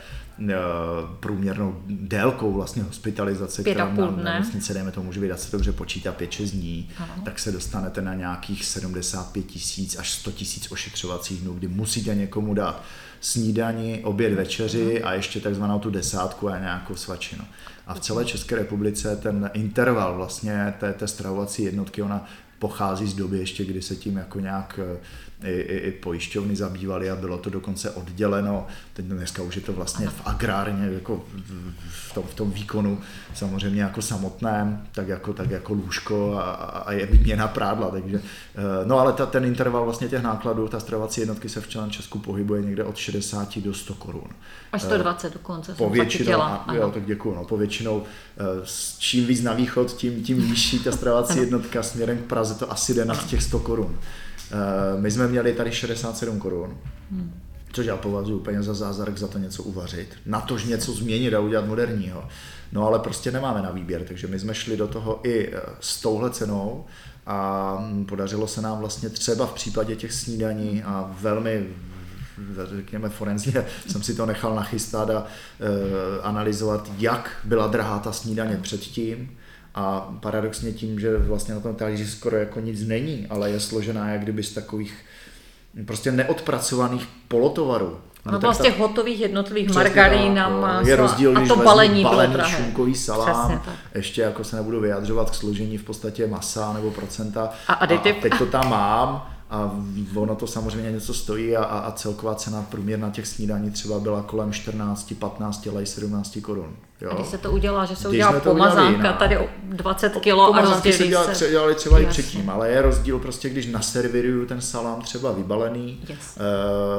průměrnou délkou vlastně hospitalizace, která na nemocnice, dejme tomu, může být asi dobře počítat pět šest dní, ano. tak se dostanete na nějakých sedmdesát pět tisíc až sto tisíc ošetřovacích dnů, kdy musíte někomu dát snídani, oběd, večeři a ještě takzvanou tu desátku a nějakou svačinu. A v celé České republice ten interval vlastně té, té stravovací jednotky, ona pochází z doby ještě, kdy se tím jako nějak i, i, i pojišťovny zabývaly a bylo to dokonce odděleno. Teď dneska už je to vlastně v agrárně, jako v tom, v tom výkonu samozřejmě jako samotném, tak jako, tak jako lůžko a, a je výměna prádla. Takže, no ale ta, ten interval vlastně těch nákladů, ta stravovací jednotky se v celém Česku pohybuje někde od šedesát do sto korun. Až sto dvacet dokonce. Povětšinou, jo, tak děkuju, no, povětšinou čím víc na východ, tím, tím vyšší ta stravovací jednotka směrem k Praze to asi jde nad těch sto korun. My jsme měli tady šedesát sedm korun, hmm. což já považuji úplně za zázrak za to něco uvařit, na tož něco změnit a udělat moderního. No ale prostě nemáme na výběr, takže my jsme šli do toho i s touhle cenou a podařilo se nám vlastně třeba v případě těch snídaní a velmi, řekněme forenzně, jsem si to nechal nachystat a e, analyzovat, jak byla drahá ta snídaně předtím. A paradoxně tím, že vlastně na tom talíři skoro jako nic není, ale je složená jak kdyby z takových prostě neodpracovaných polotovarů. No to z těch hotových jednotlivých margarín a másla. Je rozdíl, a když to balení balený šunkový salám, Přesně, ještě jako se nebudu vyjadřovat k složení v podstatě masa nebo procenta. A, aditiv. a teď to tam mám. A ono to samozřejmě něco stojí a, a celková cena průměrná těch snídaní třeba byla kolem čtrnáct, patnáct, ale i sedmnáct korun. Jo? A když se to udělá, že se udělá pomazánka, tady dvacet kilo a rozdělí se. Pomazánky se dělali třeba Jasně. i předtím, ale je rozdíl prostě, když naserviruju ten salám třeba vybalený, yes. e,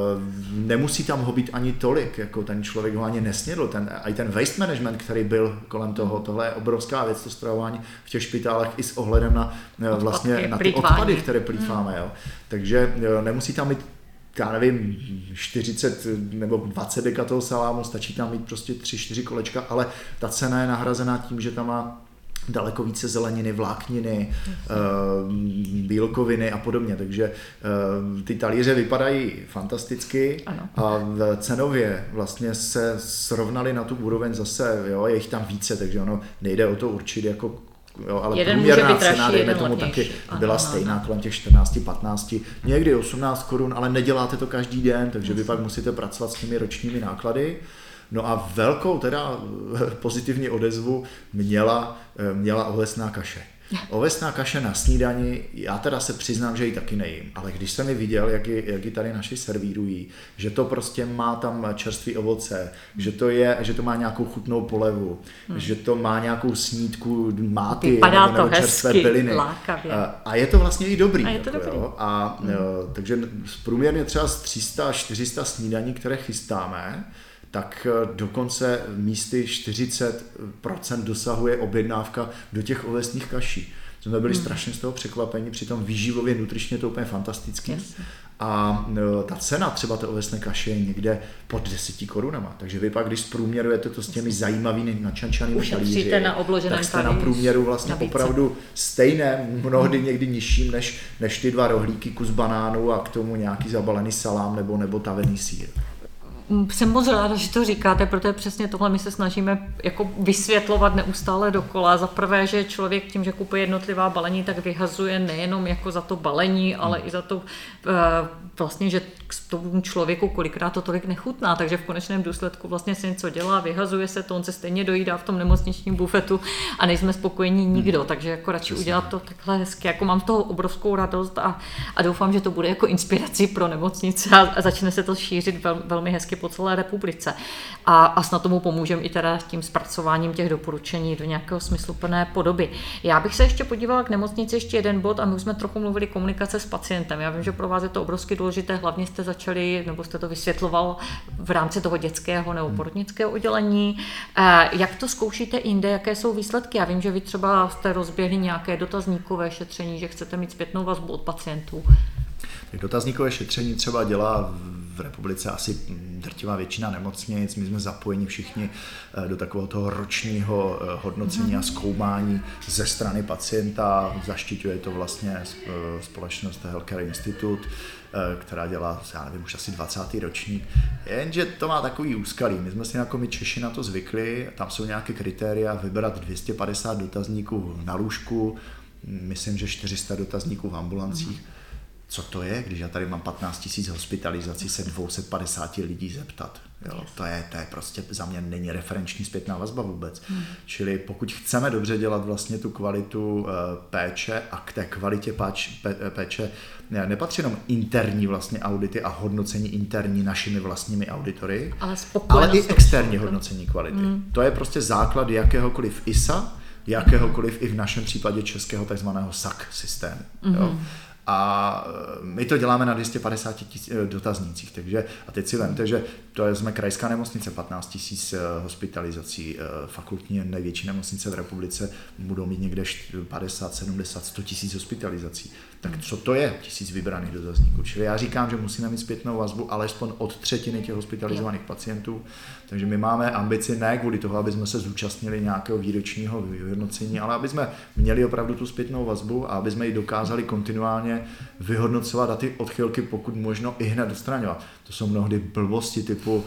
nemusí tam ho být ani tolik, jako ten člověk ho ani nesnědl, ten, i ten waste management, který byl kolem toho, tohle je obrovská věc, to stravování v těch špitálech i s ohledem na, odpadky, vlastně, na ty odpady, které plýtváme. Hmm. Jo? Takže nemusí tam mít, já nevím, čtyřicet nebo dvacet deka toho salámu, stačí tam mít prostě tři čtyři kolečka, ale ta cena je nahrazená tím, že tam má daleko více zeleniny, vlákniny, bílkoviny a podobně, takže ty talíře vypadají fantasticky ano. a cenově vlastně se srovnali na tu úroveň zase, jo, je jich tam více, takže ono nejde o to určit jako jo, ale jeden průměrná může cena, dejme tomu levnější. taky, ano, byla ano, stejná ano. kolem těch čtrnáct patnáct, někdy osmnáct korun, ale neděláte to každý den, takže vy pak musíte pracovat s těmi ročními náklady. No a velkou teda pozitivní odezvu měla, měla ovesná kaše. Ovesná kaše na snídani, já teda se přiznám, že ji taky nejím, ale když jsem ji viděl, jak ji, jak ji tady naši servírují, že to prostě má tam čerstvý ovoce, že to, je, že to má nějakou chutnou polevu, hmm. že to má nějakou snídku máty Vypadá nebo, nebo to čerstvé hezky, byliny. lákavě. A je to vlastně i dobrý. A, je to jako, dobrý. Jo? A hmm. jo, takže průměrně třeba z tři sta až čtyři sta snídaní, které chystáme, tak dokonce místy čtyřicet procent dosahuje objednávka do těch ovesných kaší. Jsme byli hmm. strašně z toho překvapení, přitom výživově, nutričně to úplně fantastický. Yes. A no, ta cena třeba té ovesné kaše je někde pod deseti korunama. Takže vy pak, když zprůměrujete to s těmi zajímavými načančanými talíři, na tak jste na průměru vlastně opravdu stejné, mnohdy někdy nižším, než, než ty dva rohlíky, kus banánu a k tomu nějaký zabalený salám nebo, nebo tavený sýr. Jsem moc ráda, že to říkáte, protože přesně tohle my se snažíme jako vysvětlovat neustále dokola. Za prvé, že člověk tím, že kupuje jednotlivá balení, tak vyhazuje nejenom jako za to balení, ale hmm. i za to vlastně, že k tomu člověku kolikrát to tolik nechutná, takže v konečném důsledku vlastně se něco dělá, vyhazuje se to, on se stejně dojídá v tom nemocničním bufetu a nejsme spokojení nikdo, takže jako radši Přesně. udělat to takhle hezky. Jako mám z toho obrovskou radost a, a doufám, že to bude jako inspirací pro nemocnice a, a začne se to šířit vel, velmi hezky po celé republice. A, a snad tomu pomůžeme i teda tím zpracováním těch doporučení do nějakého smysluplné podoby. Já bych se ještě podívala k nemocnici ještě jeden bod a my už jsme trochu mluvili komunikace s pacientem. Já vím, že pro vás je to obrovsky důležité, hlavně jste začali, nebo jste to vysvětloval v rámci toho dětského nebo porodnického oddělení. Jak to zkoušíte jinde, jaké jsou výsledky? Já vím, že vy třeba jste rozběhli nějaké dotazníkové šetření, že chcete mít zpětnou vazbu od pacientů. Tak dotazníkové šetření třeba dělá v republice asi drtivá většina nemocnic. My jsme zapojeni všichni do takového toho ročního hodnocení a zkoumání ze strany pacienta. Zaštiťuje to vlastně společnost Healthcare Institute, která dělá, já nevím, už asi dvacátý ročník. Jenže to má takový úskalí. My jsme si jako my Češi na to zvykli, tam jsou nějaké kritéria, vybrat dvě stě padesát dotazníků na lůžku, myslím, že čtyři sta dotazníků v ambulancích. Co to je, když já tady mám patnáct tisíc hospitalizací, se dvě stě padesát lidí zeptat. Jo, to, je, to je prostě za mě není referenční zpětná vazba vůbec. Hmm. Čili pokud chceme dobře dělat vlastně tu kvalitu péče a k té kvalitě páč, péče nepatří jenom interní vlastně audity a hodnocení interní našimi vlastními auditory, ale, ale i externí hodnocení kvality. Hmm. To je prostě základ jakéhokoliv I S A, jakéhokoliv i v našem případě českého takzvaného S A C systému. Hmm. Jo. A my to děláme na dvě stě padesát tisíc dotaznících, takže a teď si vemte, že to je, jsme krajská nemocnice, patnáct tisíc hospitalizací, fakultní největší nemocnice v republice budou mít někde padesát, sedmdesát, sto tisíc hospitalizací. Tak co to je tisíc vybraných dotazníků? Čili já říkám, že musíme mít zpětnou vazbu alespoň od třetiny těch hospitalizovaných pacientů, takže my máme ambici ne kvůli toho, aby jsme se zúčastnili nějakého výročního vyhodnocení, ale aby jsme měli opravdu tu zpětnou vazbu a aby jsme ji dokázali kontinuálně vyhodnocovat a ty odchylky pokud možno i hned odstraňovat. To jsou mnohdy blbosti typu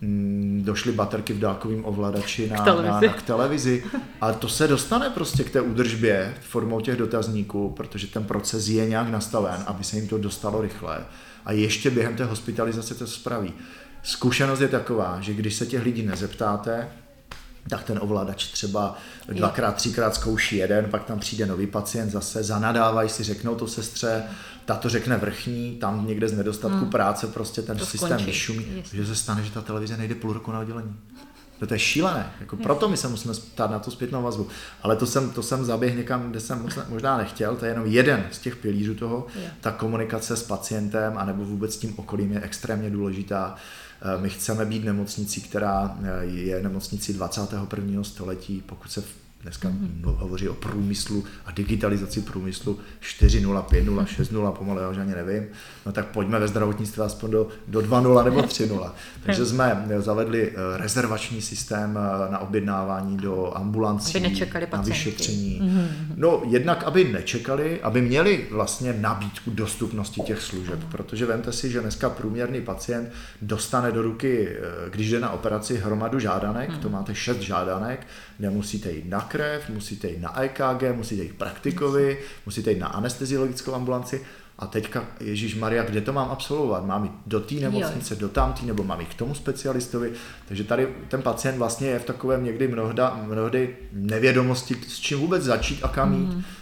mm, došly baterky v dálkovém ovladači na, k televizi. Na, na, k televizi, ale to se dostane prostě k té údržbě formou těch dotazníků, protože ten proces je nějak nastaven, aby se jim to dostalo rychle a ještě během té hospitalizace to spraví. Zkušenost je taková, že když se těch lidí nezeptáte, tak ten ovladač třeba dvakrát, třikrát zkouší jeden, pak tam přijde nový pacient zase, zanadávají si, řeknou to sestře, ta to řekne vrchní, tam někde z nedostatku hmm. práce prostě ten to systém skončí. Vyšumí, že se stane, že ta televize nejde půl roku na oddělení. No to je šílené, jako proto my se musíme ptát na tu zpětnou vazbu. Ale to jsem, to jsem zaběhl někam, kde jsem možná nechtěl, to je jenom jeden z těch pilířů toho, je. Ta komunikace s pacientem anebo vůbec s tím okolím je extrémně důležitá. My chceme být nemocnicí, která je nemocnicí dvacátého prvního století, pokud se dneska mm-hmm. hovoří o průmyslu a digitalizaci průmyslu čtyři tečka nula, pět tečka nula, šest tečka nula, pomalu já už ani nevím, no tak pojďme ve zdravotnictví aspoň do, do dva tečka nula nebo tři tečka nula. Takže jsme zavedli rezervační systém na objednávání do ambulancí, na vyšetření. Mm-hmm. No jednak, aby nečekali, aby měli vlastně nabídku dostupnosti těch služeb, mm-hmm. protože vemte si, že dneska průměrný pacient dostane do ruky, když jde na operaci, hromadu žádanek, mm-hmm. to máte šest žádanek, nemusíte jít na krev, musíte jít na E K G, musíte jít praktikovi, musíte jít na anesteziologickou ambulanci a teďka, ježišmarja, kde to mám absolvovat? Mám jít do té nemocnice, do tamtý, nebo mám jít k tomu specialistovi? Takže tady ten pacient vlastně je v takovém někdy mnohda, mnohdy nevědomosti, s čím vůbec začít a kam jít. Mm.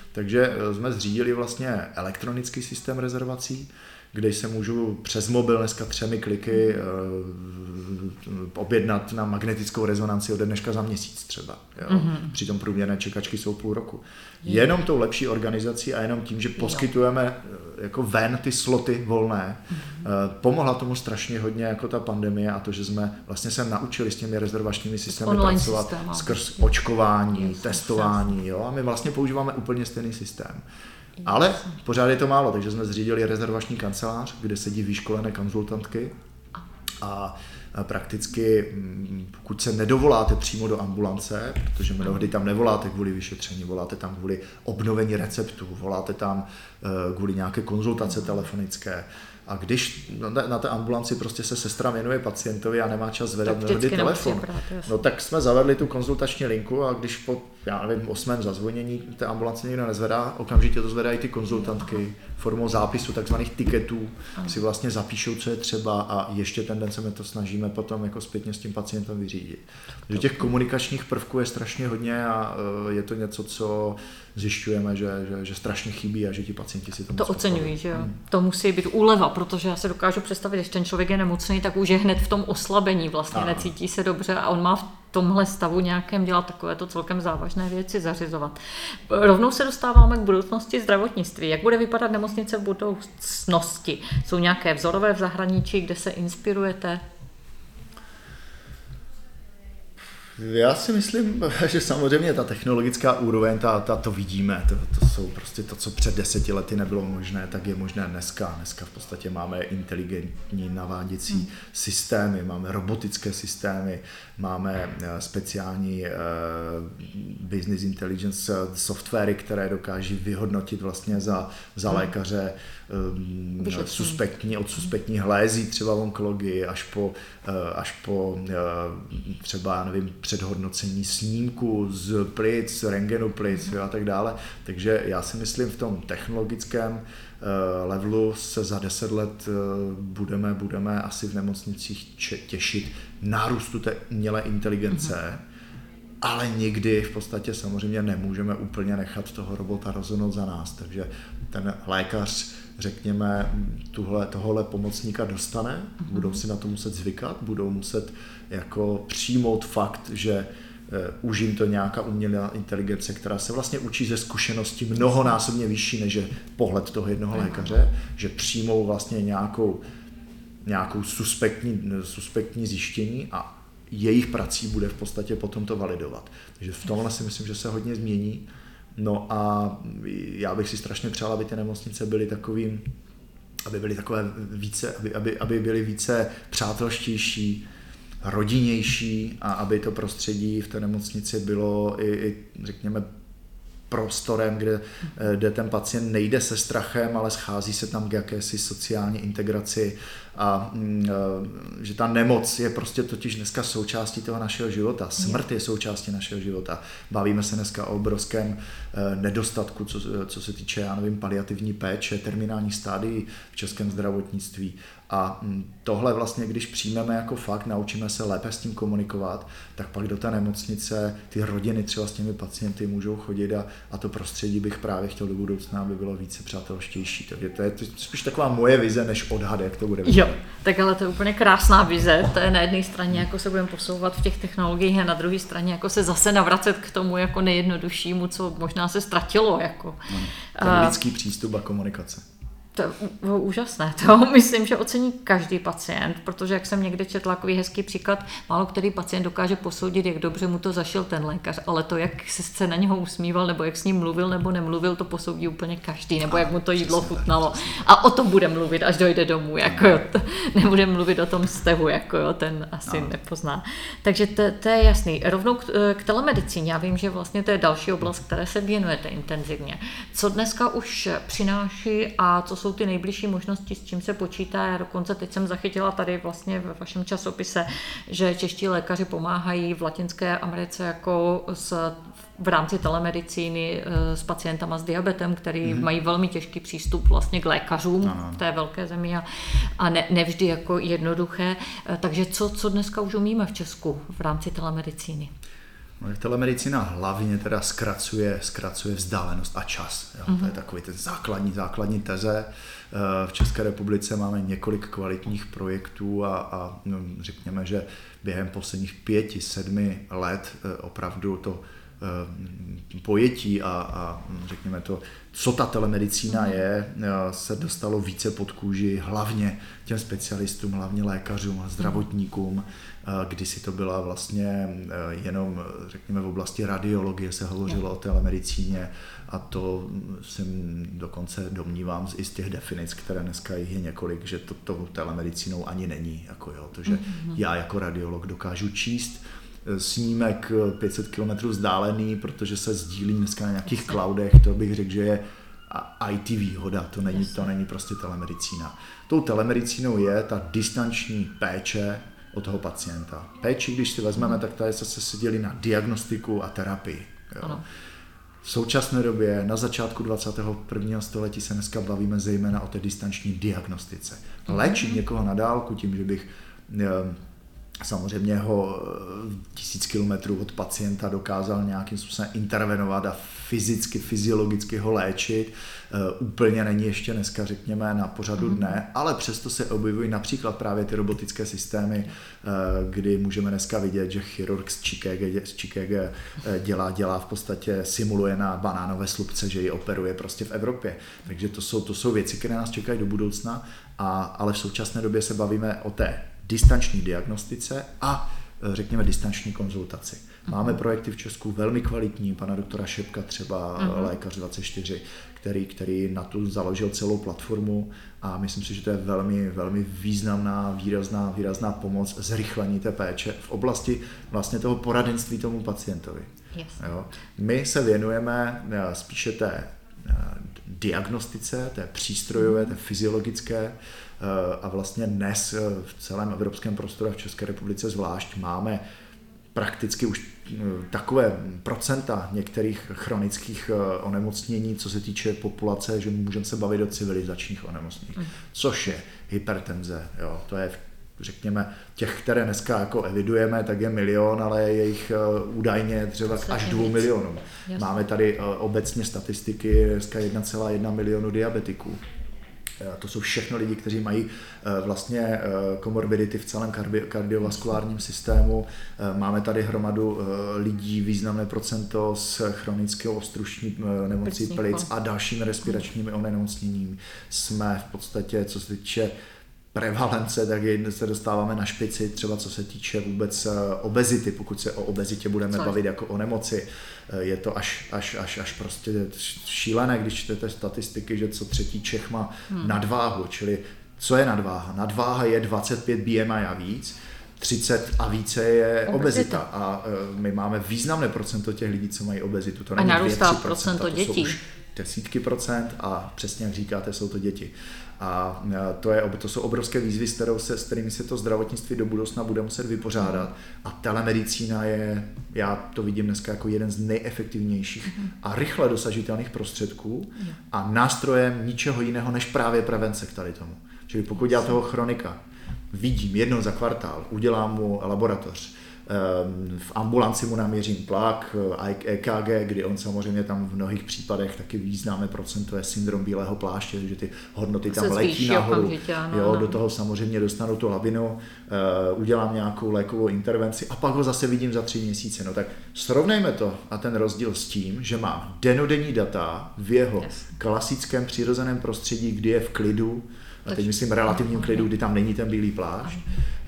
Takže jsme zřídili vlastně elektronický systém rezervací, kde se můžu přes mobil dneska třemi kliky objednat na magnetickou rezonanci ode dneška za měsíc třeba. Jo? Mm-hmm. Přitom průměrné čekačky jsou půl roku. Jenom tou lepší organizací a jenom tím, že poskytujeme jako ven ty sloty volné, mm-hmm. pomohla tomu strašně hodně jako ta pandemie a to, že jsme vlastně se naučili s těmi rezervačními systémy pracovat systém, skrz očkování, yes, testování. Yes. Jo? A my vlastně používáme úplně stejný systém. Ale pořád je to málo, takže jsme zřídili rezervační kancelář, kde sedí vyškolené konzultantky a prakticky, pokud se nedovoláte přímo do ambulance, protože mnohdy tam nevoláte kvůli vyšetření, voláte tam kvůli obnovení receptů, voláte tam kvůli nějaké konzultace telefonické, a když na té ambulanci prostě se sestra věnuje pacientovi a nemá čas zvedat mnohdy telefon, brát, no tak jsme zavedli tu konzultační linku a když po, já nevím, osmém zazvonění té ambulance někdo nezvedá, okamžitě to zvedají ty konzultantky formou zápisu takzvaných tiketů, ano. si vlastně zapíšou, co je třeba a ještě ten den se my to snažíme potom jako zpětně s tím pacientem vyřídit. Takže těch komunikačních prvků je strašně hodně a je to něco, co zjišťujeme, že, že, že strašně chybí a že ti pacienti si to To oceňují, že jo. Hmm. To musí být úleva, protože já se dokážu představit, když ten člověk je nemocný, tak už je hned v tom oslabení, vlastně ano. necítí se dobře a on má v tomhle stavu nějakém dělat takovéto celkem závažné věci, zařizovat. Rovnou se dostáváme k budoucnosti zdravotnictví. Jak bude vypadat nemocnice v budoucnosti? Jsou nějaké vzorové v zahraničí, kde se inspirujete? Já si myslím, že samozřejmě ta technologická úroveň, ta, ta, to vidíme, to, to jsou prostě to, co před deseti lety nebylo možné, tak je možné dneska. Dneska v podstatě máme inteligentní naváděcí hmm. systémy, máme robotické systémy, máme speciální uh, business intelligence softwary, které dokáží vyhodnotit vlastně za, za lékaře um, suspektní, od suspektní hlézí třeba v onkologii až po, uh, až po uh, třeba, já nevím, předhodnocení snímku z plic, rentgenu plic a tak dále. Takže já si myslím, v tom technologickém uh, levelu se za deset let uh, budeme, budeme asi v nemocnicích těšit nárůstu té umělé inteligence, mm-hmm. ale nikdy v podstatě samozřejmě nemůžeme úplně nechat toho robota rozhodnout za nás. Takže ten lékař, řekněme, tuhle, tohle pomocníka dostane, mm-hmm. budou si na to muset zvykat, budou muset jako přijmout fakt, že uh, už jim to nějaká umělá inteligence, která se vlastně učí ze zkušenosti mnohonásobně vyšší než je pohled toho jednoho mm-hmm. lékaře, že přijmou vlastně nějakou, nějakou suspektní, suspektní zjištění a jejich prací bude v podstatě potom to validovat. Takže v tomhle si myslím, že se hodně změní. No a já bych si strašně přál, aby ty nemocnice byly takovým, aby byly takové více, aby, aby, aby byly více přátelštější, rodinnější a aby to prostředí v té nemocnici bylo i, i řekněme, prostorem, kde, kde ten pacient nejde se strachem, ale schází se tam k jakési sociální integraci a že ta nemoc je prostě totiž dneska součástí toho našeho života. Smrt je součástí našeho života. Bavíme se dneska o obrovském nedostatku, co, co se týče, já nevím, paliativní péče, terminální stádií v českém zdravotnictví. A tohle vlastně, když přijmeme jako fakt, naučíme se lépe s tím komunikovat, tak pak do té nemocnice ty rodiny třeba s těmi pacienty můžou chodit a, a to prostředí bych právě chtěl do budoucna, aby bylo více přátelštější. Takže to je spíš taková moje vize, než odhad, jak to bude vypadat. Jo, tak ale to je úplně krásná vize. To je na jedné straně, jako se budeme posouvat v těch technologiích a na druhé straně jako se zase navracet k tomu jako nejjednoduššímu, co možná se ztratilo. Jako. No, ten lidský přístup a komunikace. To je úžasné, to myslím, že ocení každý pacient, protože jak jsem někde četla takový hezký příklad, málo který pacient dokáže posoudit, jak dobře mu to zašil ten lékař, ale to, jak se na něho usmíval, nebo jak s ním mluvil, nebo nemluvil, to posoudí úplně každý, nebo jak mu to jídlo chutnalo. A o tom bude mluvit, až dojde domů, jako jo, nebude mluvit o tom vztahu, jako jo, ten asi nepozná. Takže to, to je jasný. Rovnou k, k telemedicíně, já vím, že vlastně to je další oblast, které se věnujete intenzivně. Co dneska už přináší a co jsou ty nejbližší možnosti, s čím se počítá. Já dokonce teď jsem zachytila tady vlastně ve vašem časopise, že čeští lékaři pomáhají v Latinské Americe jako s, v rámci telemedicíny s pacientama s diabetem, který mm-hmm. mají velmi těžký přístup vlastně k lékařům no. v té velké zemi a, a ne, nevždy jako jednoduché. Takže co, co dneska už umíme v Česku v rámci telemedicíny? No, telemedicina hlavně teda zkracuje, zkracuje vzdálenost a čas. Jo? Mm-hmm. To je takový ten základní, základní teze. V České republice máme několik kvalitních projektů a, a no, řekněme, že během posledních pěti, sedmi let opravdu to pojetí a, a řekněme to, co ta telemedicína je, se dostalo více pod kůži hlavně těm specialistům, hlavně lékařům a zdravotníkům. Kdysi to byla vlastně jenom, řekněme, v oblasti radiologie se hovořilo o telemedicíně a to si dokonce domnívám i z těch definic, které dneska jich je několik, že to, to telemedicínou ani není. Jako jo, to, že mm-hmm. já jako radiolog dokážu číst snímek pět set kilometrů vzdálený, protože se sdílí dneska na nějakých cloudech, to bych řekl, že je í té výhoda, to není, to není prostě telemedicína. Tou telemedicínou je ta distanční péče od toho pacienta. Péči, když si vezmeme, tak tady se se dělí na diagnostiku a terapii. Jo. V současné době, na začátku dvacátého prvního století se dneska bavíme zejména o té distanční diagnostice. Léčit někoho na dálku tím, že bych samozřejmě ho tisíc kilometrů od pacienta dokázal nějakým způsobem intervenovat a fyzicky, fyziologicky ho léčit. Úplně není ještě dneska, řekněme, na pořadu dne, ale přesto se objevují například právě ty robotické systémy, kdy můžeme dneska vidět, že chirurg z Chicago, z Chicago dělá, dělá v podstatě, simuluje na banánové slupce, že ji operuje prostě v Evropě. Takže to jsou, to jsou věci, které nás čekají do budoucna, a, ale v současné době se bavíme o té distanční diagnostice a řekněme distanční konzultaci. Máme projekty v Česku velmi kvalitní, pana doktora Šepka třeba, uh-huh. lékař dvacet čtyři, který, který na tu založil celou platformu a myslím si, že to je velmi, velmi významná, výrazná, výrazná pomoc zrychlení té péče v oblasti vlastně toho poradenství tomu pacientovi. Yes. Jo. My se věnujeme spíše té diagnostice, té přístrojové, té fyziologické, a vlastně dnes v celém evropském prostoru a v České republice zvlášť máme prakticky už takové procenta některých chronických onemocnění, co se týče populace, že můžeme se bavit o civilizačních onemocněních, mm. což je hypertenze. Jo, to je, řekněme, těch, které dneska jako evidujeme, tak je milion, ale je jich údajně třeba až dvou milionů. Jasně. Máme tady obecně statistiky, dneska jedna celá jedna milionu diabetiků. To jsou všechno lidi, kteří mají vlastně komorbidity v celém kardiovaskulárním systému. Máme tady hromadu lidí, významné procento s chronickou obstrukční nemocí plic a dalšími respiračními onemocněními. Jsme v podstatě, co se týče prevalence, tak se dostáváme na špici, třeba co se týče vůbec obezity, pokud se o obezitě budeme Co? bavit jako o nemoci. Je to až, až, až, až prostě šílené, když čtete statistiky, že co třetí Čech má hmm. nadváhu, čili co je nadváha? Nadváha je dvacet pět B M I a víc, třicet a více je obezita, obezita. A my máme významné procento těch lidí, co mají obezitu. To a narůstá procento dětí. Desítky procent a přesně jak říkáte, jsou to děti. A to, je, to jsou obrovské výzvy, s, kterou se, s kterými se to zdravotnictví do budoucna bude muset vypořádat. A telemedicína je, já to vidím dneska jako jeden z nejefektivnějších a rychle dosažitelných prostředků a nástrojem ničeho jiného než právě prevence k tady tomu. Čili pokud já toho chronika vidím jednou za kvartál, udělám mu laboratoř, v ambulanci mu naměřím tlak, E K G, kdy on samozřejmě tam v mnohých případech taky významné procento je syndrom bílého pláště, že ty hodnoty tam letí nahoru. Jo, do toho samozřejmě dostanu tu lavinu, udělám nějakou lékovou intervenci a pak ho zase vidím za tři měsíce. No tak srovnejme to a ten rozdíl s tím, že mám denodenní data v jeho yes. klasickém přirozeném prostředí, kdy je v klidu, a teď myslím relativním klidu, kdy tam není ten bílý plášť.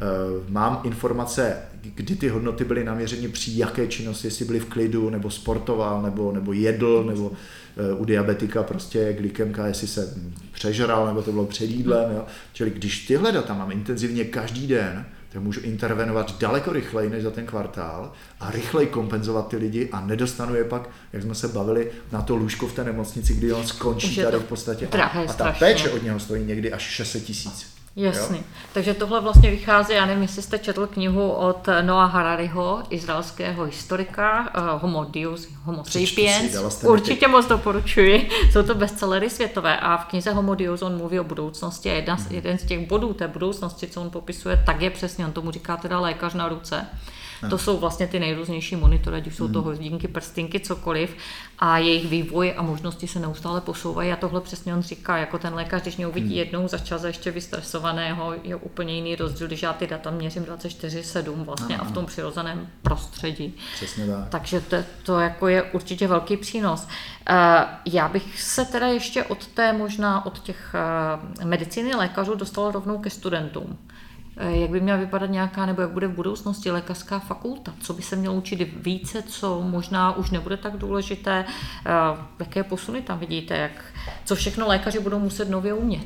Mám informace, kdy ty hodnoty byly naměřeny při jaké činnosti, jestli byly v klidu, nebo sportoval, nebo, nebo jedl, nebo u diabetika prostě glykemka, jestli se přežral, nebo to bylo před jídlem. Jo. Čili když tyhle data mám intenzivně každý den, tak můžu intervenovat daleko rychleji než za ten kvartál a rychleji kompenzovat ty lidi a nedostanu je pak, jak jsme se bavili, na to lůžko v té nemocnici, kdy on skončí tady v podstatě. A, a ta péče od něho stojí někdy až šest set tisíc. Jasný. Jo? Takže tohle vlastně vychází, já nevím, jestli jste četl knihu od Noah Harariho, izraelského historika, uh, Homo Deus, Homo Sapiens. Určitě moc doporučuji. Jsou to bestsellery světové a v knize Homo Deus on mluví o budoucnosti a jedna, mm. jeden z těch bodů té budoucnosti, co on popisuje, tak je přesně, on tomu říká teda lékař na ruce. No. To jsou vlastně ty nejrůznější monitory, ať už jsou to hodinky, prstinky, cokoliv, a jejich vývoj a možnosti se neustále posouvají a tohle přesně on říká, jako ten lékař, když mě uvidí hmm. jednou za čas ještě vystresovaného, je úplně jiný rozdíl, když já ty data měřím dvacet čtyři sedm vlastně ano. a v tom přirozeném prostředí. Přesně tak. Takže to, to jako je určitě velký přínos. Já bych se teda ještě od té možná od těch medicíny lékařů dostala rovnou ke studentům. Jak by měla vypadat nějaká, nebo jak bude v budoucnosti lékařská fakulta? Co by se mělo učit více, co možná už nebude tak důležité? Jaké posuny tam vidíte? Jak, co všechno lékaři budou muset nově umět?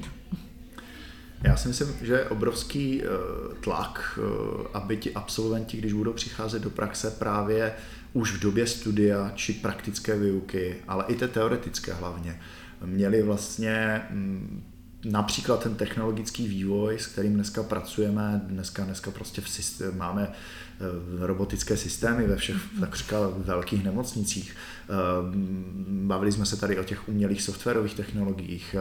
Já si myslím, že je obrovský tlak, aby ti absolventi, když budou přicházet do praxe právě už v době studia či praktické výuky, ale i té teoretické hlavně, měli vlastně například ten technologický vývoj, s kterým dneska pracujeme, dneska, dneska prostě v systém, máme robotické systémy ve všech takřka velkých nemocnicích. Bavili jsme se tady o těch umělých softwarových technologiích.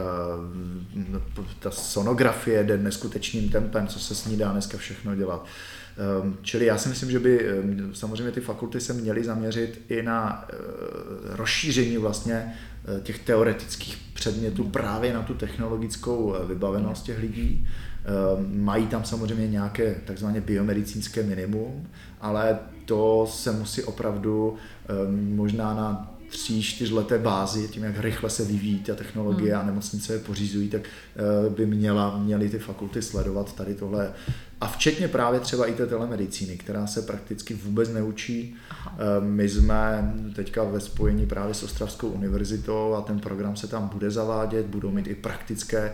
Ta sonografie jde neskutečným tempem, co se s ní dá dneska všechno dělat. Čili já si myslím, že by samozřejmě ty fakulty se měly zaměřit i na rozšíření vlastně těch teoretických předmětů právě na tu technologickou vybavenost těch lidí. Mají tam samozřejmě nějaké takzvané biomedicínské minimum, ale to se musí opravdu možná na tří, čtyřleté bázi, tím, jak rychle se vyvíjí ta technologie a nemocnice je pořizují, tak by měla, měly ty fakulty sledovat tady tohle. A včetně právě třeba i té telemedicíny, která se prakticky vůbec neučí. Aha. My jsme teďka ve spojení právě s Ostravskou univerzitou a ten program se tam bude zavádět, budou mít i praktické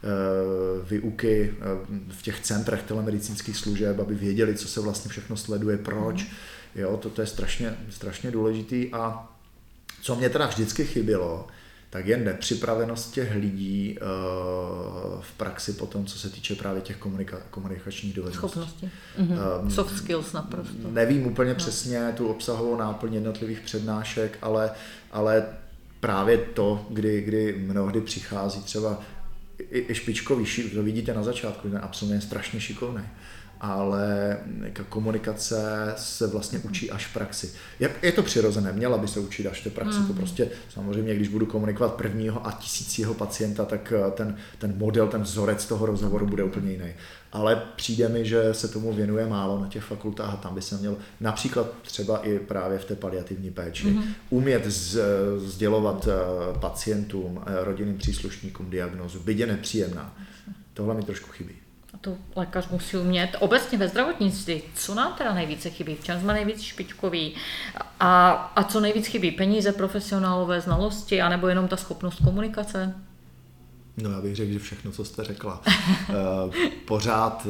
výuky v těch centrech telemedicínských služeb, aby věděli, co se vlastně všechno sleduje, proč. Mhm. Jo, to, to je strašně, strašně důležitý. A co mě teda vždycky chybělo, tak je nepřipravenost těch lidí uh, v praxi potom, co se týče právě těch komunika- komunikačních dovedností. Schopnosti. Mm-hmm. Um, Soft skills naprosto. Nevím úplně no. přesně tu obsahovou náplň jednotlivých přednášek, ale, ale právě to, kdy, kdy mnohdy přichází třeba i, i špičkový, to vidíte na začátku, ten absolvent je strašně šikovný, ale komunikace se vlastně učí až v praxi. Je, je to přirozené, měla by se učit až v té praxi. Mm. To prostě samozřejmě, když budu komunikovat prvního a tisícího pacienta, tak ten, ten model, ten vzorec toho rozhovoru bude úplně jiný. Ale přijde mi, že se tomu věnuje málo na těch fakultách a tam by se měl například třeba i právě v té paliativní péči mm. umět z, sdělovat pacientům, rodinným příslušníkům diagnózu, byť je nepříjemná. Tohle mi trošku chybí. A to lékař musí umět. Obecně ve zdravotnictví, co nám teda nejvíce chybí? V čem jsme nejvíc špičkoví? A, a co nejvíc chybí? Peníze, profesionálové znalosti, anebo jenom ta schopnost komunikace? No já bych řekl, že všechno, co jste řekla. Pořád,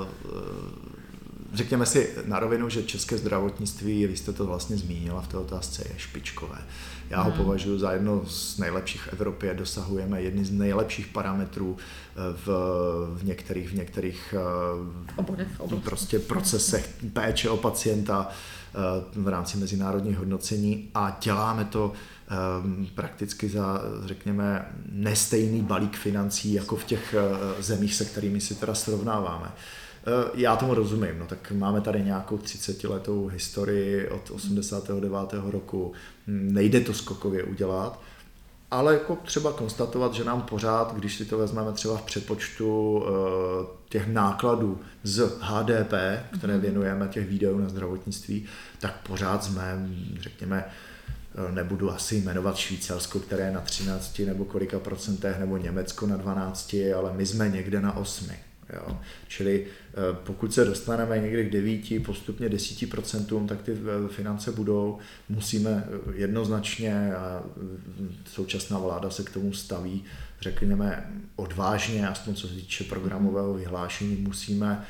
řekněme si na rovinu, že české zdravotnictví, vy jste to vlastně zmínila v té otázce, je špičkové. Já ho hmm. považuji za jedno z nejlepších v Evropě, dosahujeme jedny z nejlepších parametrů v, v některých, v některých obodech, prostě procesech péče o pacienta v rámci mezinárodních hodnocení a děláme to prakticky za, řekněme, nestejný balík financí jako v těch zemích, se kterými si teda srovnáváme. Já tomu rozumím, no tak máme tady nějakou třicetiletou historii od osmdesátého devátého roku, nejde to skokově udělat, ale jako třeba konstatovat, že nám pořád, když si to vezmeme třeba v přepočtu těch nákladů z H D P, které věnujeme těch výdajů na zdravotnictví, tak pořád jsme, řekněme, nebudu asi jmenovat Švýcarsko, které je na třinácti nebo kolika procentech, nebo Německo na dvanácti, ale my jsme někde na osmi. Jo. Čili pokud se dostaneme někde k devíti, postupně deseti procentům, tak ty finance budou, musíme jednoznačně, a současná vláda se k tomu staví, řekněme odvážně, aspoň co se týče programového vyhlášení, musíme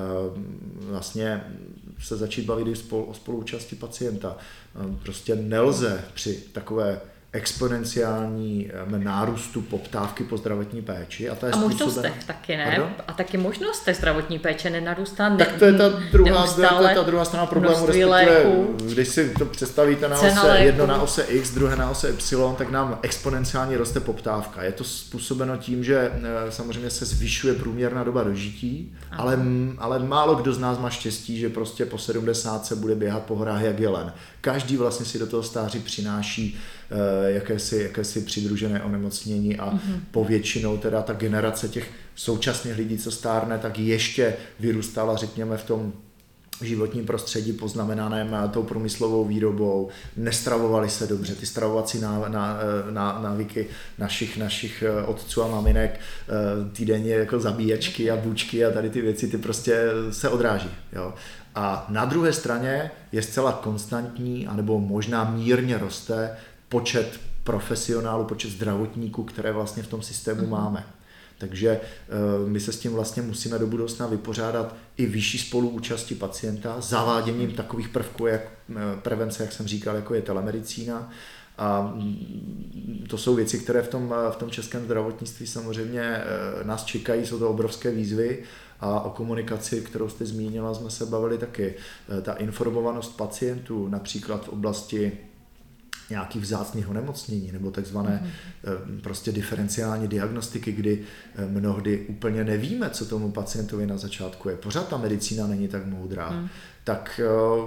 vlastně se začít bavit i o spoluúčasti pacienta. Prostě nelze při takové exponenciální nárůstu poptávky po zdravotní péči. A, to je a možnostech taky, ne? Pardon? A taky možnostech zdravotní péče nenarůstá. Ne, tak to je ta druhá, to je ta druhá strana problému, respektive když si to představíte na ose jedno na ose X, druhé na ose Y, tak nám exponenciálně roste poptávka. Je to způsobeno tím, že samozřejmě se zvyšuje průměrná doba dožití, ale, ale málo kdo z nás má štěstí, že prostě po sedmdesátce bude běhat po horách jak jelen. Každý vlastně si do toho stáří přináší jakési, jakési přidružené onemocnění a mm-hmm. povětšinou teda ta generace těch současných lidí, co stárne, tak ještě vyrůstala, řekněme, v tom životním prostředí poznamenaném tou průmyslovou výrobou, nestravovali se dobře, ty stravovací ná, ná, ná, návyky našich, našich otců a maminek týdenně jako zabíjačky a bučky a tady ty věci, ty prostě se odráží. Jo. A na druhé straně je zcela konstantní, anebo možná mírně roste počet profesionálů, počet zdravotníků, které vlastně v tom systému máme. Takže my se s tím vlastně musíme do budoucna vypořádat i vyšší spoluúčasti pacienta, zaváděním takových prvků, jak prevence, jak jsem říkal, jako je telemedicína. A to jsou věci, které v tom, v tom českém zdravotnictví samozřejmě nás čekají, jsou to obrovské výzvy. A o komunikaci, kterou jste zmínila, jsme se bavili taky. Ta informovanost pacientů, například v oblasti nějakých vzácných onemocnění nebo takzvané mm-hmm. prostě diferenciální diagnostiky, kdy mnohdy úplně nevíme, co tomu pacientovi na začátku je. Pořád ta medicína není tak moudrá. Mm. Tak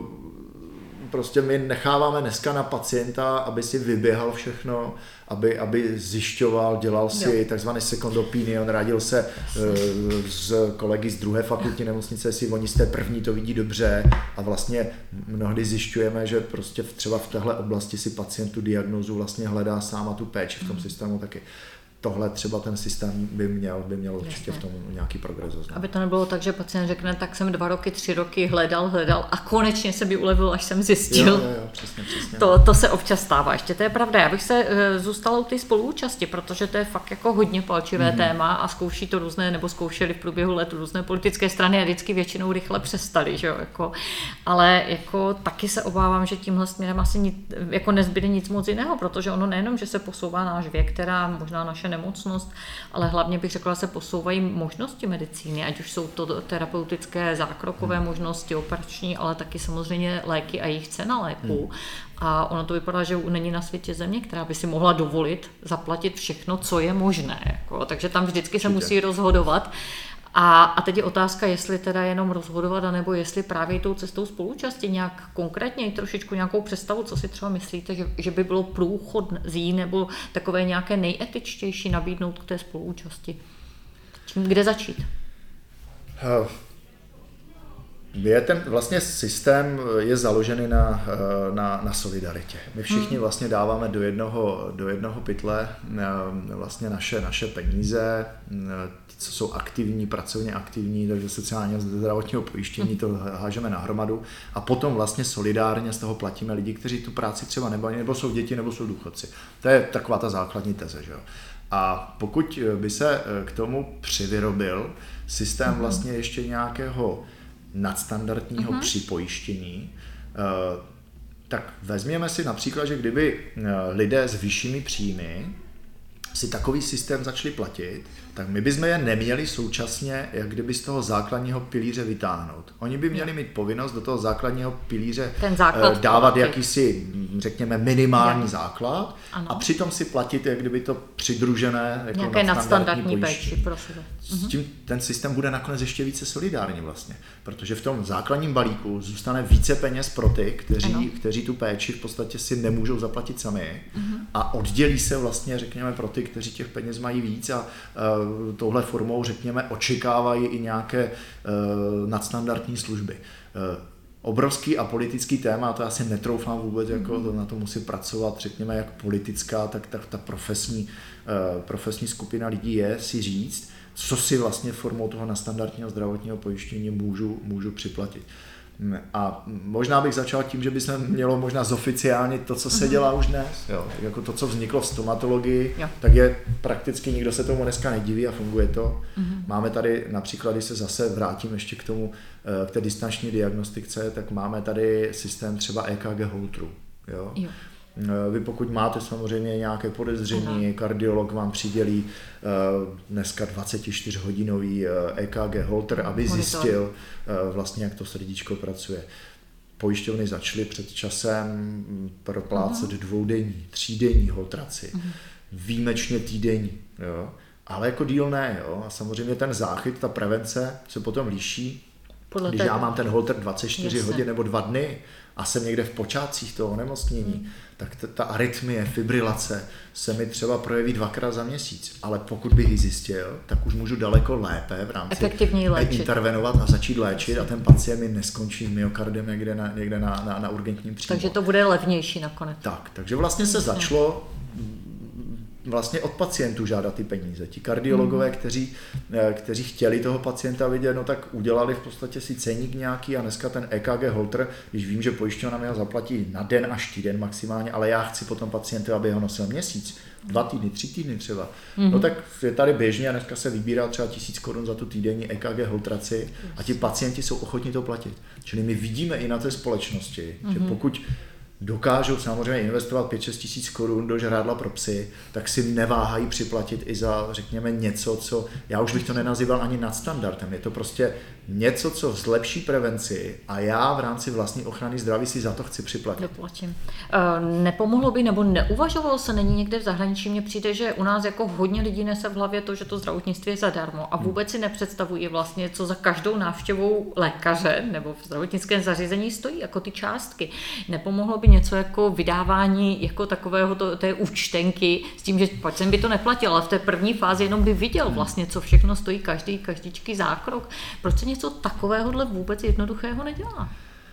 prostě my necháváme dneska na pacienta, aby si vyběhal všechno, aby, aby zjišťoval, dělal si jo. takzvaný second opinion, radil se uh, s kolegy z druhé fakulty nemocnice, jestli oni z té první to vidí dobře a vlastně mnohdy zjišťujeme, že prostě v, třeba v téhle oblasti si pacient tu diagnózu vlastně hledá sám a tu péči v tom systému taky. Tohle třeba ten systém by měl, by měl určitě v tom nějaký progres znamenat. Aby to nebylo tak, že pacient řekne, tak jsem dva roky, tři roky hledal, hledal a konečně se by ulevil, až jsem zjistil. Jo, jo, jo, přesně, přesně. To, to se občas stává, ještě to je pravda. Já bych se uh, zůstala u té spoluúčasti, protože to je fakt jako hodně palčivé mm-hmm. téma a zkouší to různé, nebo zkoušeli v průběhu let různé politické strany a vždycky většinou rychle přestali, že jo, jako. Ale jako taky se obávám, že tímhle směrem asi nic, jako nezbyde nic moc jiného, protože ono nejenom, že se posouvá náš věk, která možná naše nemocnost, ale hlavně bych řekla, že se posouvají možnosti medicíny, ať už jsou to terapeutické zákrokové možnosti, operační, ale taky samozřejmě léky a jejich cena léků. Hmm. A ono to vypadá, že není na světě země, která by si mohla dovolit zaplatit všechno, co je možné. Jako. Takže tam vždycky se musí rozhodovat. A, a teď je otázka, jestli teda jenom rozhodovat, anebo jestli právě tou cestou spoluúčasti nějak konkrétně trošičku nějakou představu, co si třeba myslíte, že, že by bylo průchodný nebo takové nějaké nejetičtější nabídnout k té spoluúčasti. Kde začít? Uh. Je ten vlastně systém je založený na, na, na solidaritě. My všichni vlastně dáváme do jednoho, do jednoho pytle vlastně naše, naše peníze, co jsou aktivní, pracovně aktivní, takže sociálně zdravotního pojištění to hážeme na hromadu a potom vlastně solidárně z toho platíme lidi, kteří tu práci třeba nemají, nebo jsou děti, nebo jsou důchodci. To je taková ta základní teze, že jo. A pokud by se k tomu přivyrobil systém vlastně ještě nějakého nadstandardního uh-huh. připojištění, tak vezměme si například, že kdyby lidé s vyššími příjmy si takový systém začali platit, tak my bychom je neměli současně, jak kdyby z toho základního pilíře vytáhnout. Oni by měli mít povinnost do toho základního pilíře dávat jakýsi, řekněme, minimální ano. základ ano. a přitom si platit, jak kdyby to přidružené jako nějaké nadstandardní péči pro sebe. S tím ten systém bude nakonec ještě více solidární vlastně, protože v tom základním balíku zůstane více peněz pro ty, kteří, kteří tu péči v podstatě si nemůžou zaplatit sami uh-huh. a oddělí se vlastně, řekněme, pro ty, kteří těch peněz mají víc a uh, touhle formou, řekněme, očekávají i nějaké uh, nadstandardní služby. Uh, obrovský a politický téma, to asi netroufám vůbec, jako to, na to musí pracovat, řekněme, jak politická, tak, tak ta profesní, uh, profesní skupina lidí je si říct, co si vlastně formou toho nadstandardního zdravotního pojištění můžu, můžu připlatit. A možná bych začal tím, že by se mělo možná zoficiálnit to, co se dělá už dnes. Jo, jako to, co vzniklo v stomatologii, jo. tak je prakticky nikdo se tomu dneska nediví a funguje to. Uh-huh. Máme tady například, když se zase vrátím ještě k tomu, k té distanční diagnostice, tak máme tady systém třeba E K G Holteru. Jo? Jo. Vy pokud máte samozřejmě nějaké podezření, Aha. kardiolog vám přidělí dneska dvacetičtyřhodinový E K G holter, aby Monitor. zjistil vlastně, jak to srdíčko pracuje. Pojišťovny začaly před časem proplácet uh-huh. dvoudenní, třídenní holtraci, uh-huh. výjimečně týdenní, jo? Ale jako díl ne. Jo? A samozřejmě ten záchyt, ta prevence se potom líší. Podle Když té... já mám ten holter dvacet čtyři Jasne. hodin nebo dva dny a jsem někde v počátcích toho onemocnění, hmm. tak ta, ta arytmie, fibrilace se mi třeba projeví dvakrát za měsíc. Ale pokud bych ji zjistil, tak už můžu daleko lépe v rámci intervenovat a začít léčit a ten pacient mi neskončí myokardem někde na, někde na, na, na urgentním příjmu. Takže to bude levnější nakonec. Tak, takže vlastně se začalo vlastně od pacientů žádat ty peníze. Ti kardiologové, mm. kteří, kteří chtěli toho pacienta vidět, no tak udělali v podstatě si ceník nějaký a dneska ten E K G holter, když vím, že pojišťovna mi ho zaplatí na den až týden maximálně, ale já chci potom pacientu, aby ho nosil měsíc, dva týdny, tři týdny třeba. Mm. No tak je tady běžně a dneska se vybírá třeba tisíc korun za tu týdenní E K G holtraci a ti pacienti jsou ochotní to platit. Čili my vidíme i na té společnosti, mm. že pokud dokážou samozřejmě investovat pět šest tisíc korun do žrádla pro psy, tak si neváhají připlatit i za, řekněme, něco, co, já už bych to nenazýval ani nadstandardem, je to prostě něco, co zlepší prevenci a já v rámci vlastní ochrany zdraví si za to chci připlatit. Doplatím. E, nepomohlo by, nebo neuvažovalo se, není někde v zahraničí, mně přijde, že u nás jako hodně lidí nese v hlavě to, že to zdravotnictví je zadarmo a vůbec si nepředstavují vlastně, co za každou návštěvou lékaře nebo v zdravotnickém zařízení stojí, jako ty částky. Nepomohlo by něco jako vydávání jako takového to, té účtenky s tím, že pacient by to neplatil, ale v té první fázi jenom by viděl vlastně, co všechno stojí každý, každičký zákrok. Proč se něco takovéhohle vůbec jednoduchého nedělá?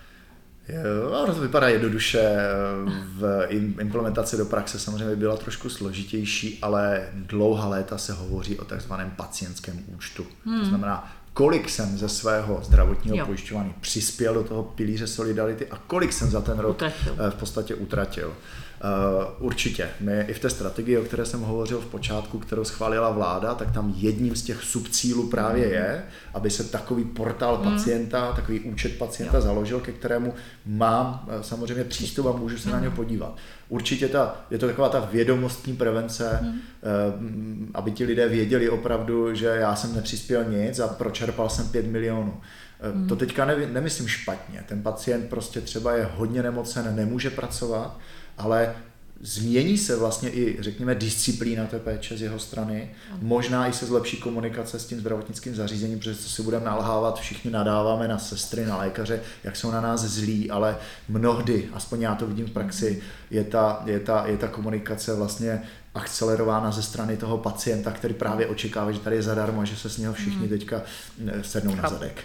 Jo, to vypadá jednoduše, v implementaci do praxe samozřejmě byla trošku složitější, ale dlouhá léta se hovoří o takzvaném pacientském účtu. Hmm. To znamená, kolik jsem ze svého zdravotního jo. pojišťování přispěl do toho pilíře solidarity a kolik jsem za ten rok utratil. v podstatě utratil. Uh, určitě. My i v té strategii, o které jsem hovořil v počátku, kterou schválila vláda, tak tam jedním z těch subcílů právě mm. je, aby se takový portál mm. pacienta, takový účet pacienta jo. založil, ke kterému mám samozřejmě přístup a můžu se mm. na něj podívat. Určitě ta, je to taková ta vědomostní prevence, mm. uh, aby ti lidé věděli opravdu, že já jsem nepřispěl nic a pročerpal jsem pět milionů. Mm. To teďka ne, nemyslím špatně. Ten pacient prostě třeba je hodně nemocen, nemůže pracovat, ale změní se vlastně i, řekněme, disciplína té péče z jeho strany. Možná i se zlepší komunikace s tím zdravotnickým zařízením, protože co si budeme nalhávat, všichni nadáváme na sestry, na lékaře, jak jsou na nás zlí, ale mnohdy, aspoň já to vidím v praxi, je ta, je ta, je ta komunikace vlastně akcelerována ze strany toho pacienta, který právě očekává, že tady je zadarmo, že se s něho všichni teďka sednou na zadek.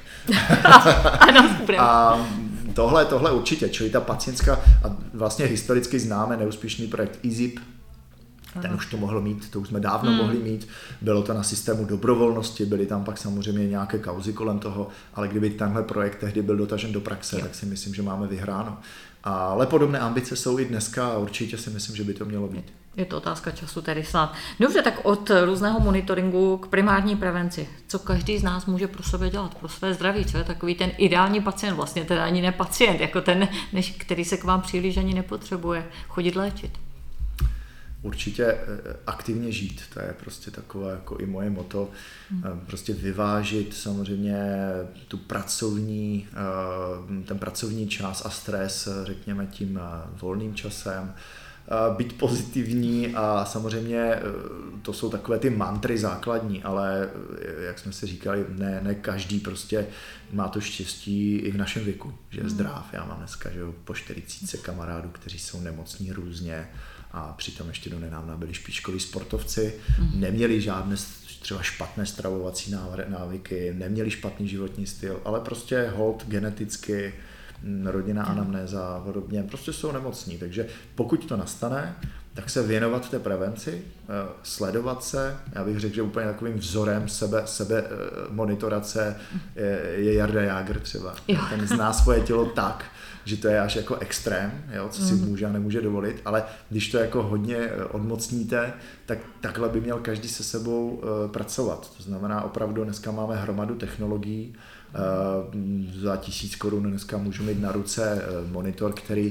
A tohle, tohle určitě, čili ta pacientská, a vlastně historicky známe neúspěšný projekt E Z I P, ten už to mohl mít, to už jsme dávno hmm. mohli mít, bylo to na systému dobrovolnosti, byly tam pak samozřejmě nějaké kauzy kolem toho, ale kdyby tenhle projekt tehdy byl dotažen do praxe, jo. tak si myslím, že máme vyhráno. Ale podobné ambice jsou i dneska a určitě si myslím, že by to mělo být. Je to otázka času tedy snad. Dobře, tak od různého monitoringu k primární prevenci. Co každý z nás může pro sebe dělat, pro své zdraví? Co je takový ten ideální pacient, vlastně teda ani ne pacient, jako ten, než, který se k vám příliš ani nepotřebuje chodit léčit? Určitě aktivně žít, to je prostě takové jako i moje motto, hmm. prostě vyvážit samozřejmě tu pracovní, ten pracovní čas a stres, řekněme, tím volným časem, být pozitivní a samozřejmě to jsou takové ty mantry základní, ale jak jsme si říkali, ne, ne každý prostě má to štěstí i v našem věku, že je zdrav. Já mám dneska že po čtyřicítce kamarádů, kteří jsou nemocní různě a přitom ještě do nedávna byli špičkoví sportovci, neměli žádné třeba špatné stravovací návyky, neměli špatný životní styl, ale prostě hold geneticky, rodinná anamnéza a podobně, prostě jsou nemocní, takže pokud to nastane, tak se věnovat té prevenci, sledovat se, já bych řekl, že úplně takovým vzorem sebe, sebe monitorace je, je Jarda Jágr třeba, jo. ten zná svoje tělo tak, že to je až jako extrém, jo, co si mm. může a nemůže dovolit, ale když to jako hodně odmocníte, tak takhle by měl každý se sebou uh, pracovat. To znamená opravdu dneska máme hromadu technologií, uh, za tisíc korun dneska můžu mít na ruce uh, monitor, který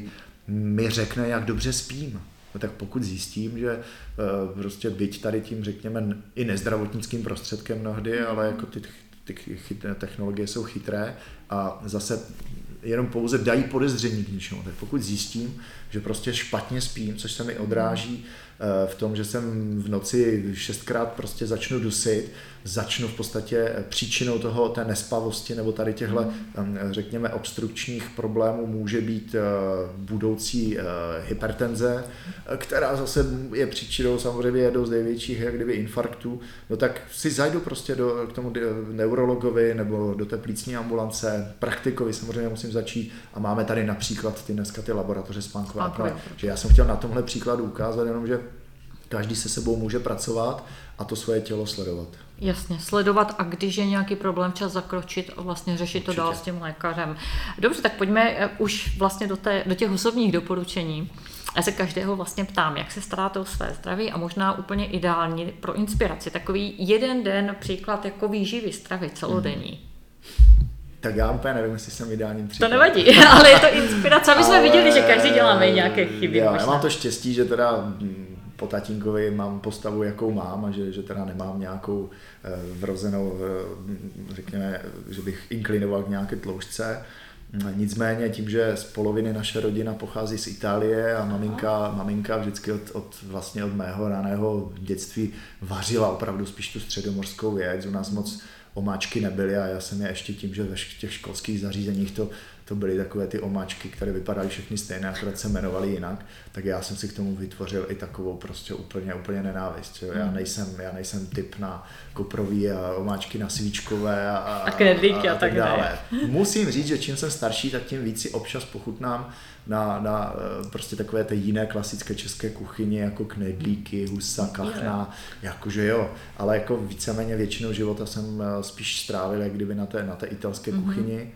mi řekne, jak dobře spím. No tak pokud zjistím, že uh, prostě byť tady tím, řekněme, i nezdravotnickým prostředkem mnohdy, ale jako ty, ty chytré technologie jsou chytré a zase jenom pouze dají podezření k ničemu. Tak pokud zjistím, že prostě špatně spím, což se mi odráží v tom, že jsem v noci šestkrát prostě začnu dusit, začnu v podstatě příčinou toho, té nespavosti nebo tady těchto, řekněme, obstrukčních problémů může být budoucí hypertenze, která zase je příčinou samozřejmě jednou z největších jak kdyby infarktů, no tak si zajdu prostě do, k tomu neurologovi nebo do té plicní ambulance, praktikovi samozřejmě musím začít a máme tady například ty dneska ty laboratoře spánkové apnoe. Že já jsem chtěl na tomhle příkladu ukázat jenom, že každý se sebou může pracovat a to svoje tělo sledovat. Jasně, sledovat a když je nějaký problém, čas zakročit a vlastně řešit Určitě. To dál s tím lékařem. Dobře, tak pojďme už vlastně do, té, do těch osobních doporučení. Já se každého vlastně ptám, jak se staráte o své zdraví a možná úplně ideální pro inspiraci. Takový jeden den příklad jako výživy stravy celodenní. Hmm. Tak já úplně nevím, jestli jsem ideálním příklad. To nevadí, ale je to inspirace. My jsme ale... viděli, že každý děláme nějaké chyby. Já, já mám to štěstí, že teda po tatínkovi mám postavu, jakou mám a že, že teda nemám nějakou vrozenou, řekněme, že bych inklinoval k nějaké tloušťce. Nicméně tím, že z poloviny naše rodina pochází z Itálie a maminka, maminka vždycky od, od, vlastně od mého raného dětství vařila opravdu spíš tu středomořskou věc. U nás moc omáčky nebyly a já jsem je ještě tím, že ve těch školských zařízeních to, to byly takové ty omáčky, které vypadaly všechny stejné, akorát se jmenovaly jinak, tak já jsem si k tomu vytvořil i takovou prostě úplně, úplně nenávist. Jo. Já, nejsem, já nejsem typ na koprový a omáčky na svíčkové a, a, a knedlíky a, a, a tak dále. Musím říct, že čím jsem starší, tak tím víc si občas pochutnám na, na prostě takové té jiné klasické české kuchyni, jako knedlíky, husa, kachna, jakože jo, ale jako víceméně většinou života jsem spíš strávil, jak kdyby na té, na té italské mm-hmm. kuchyni.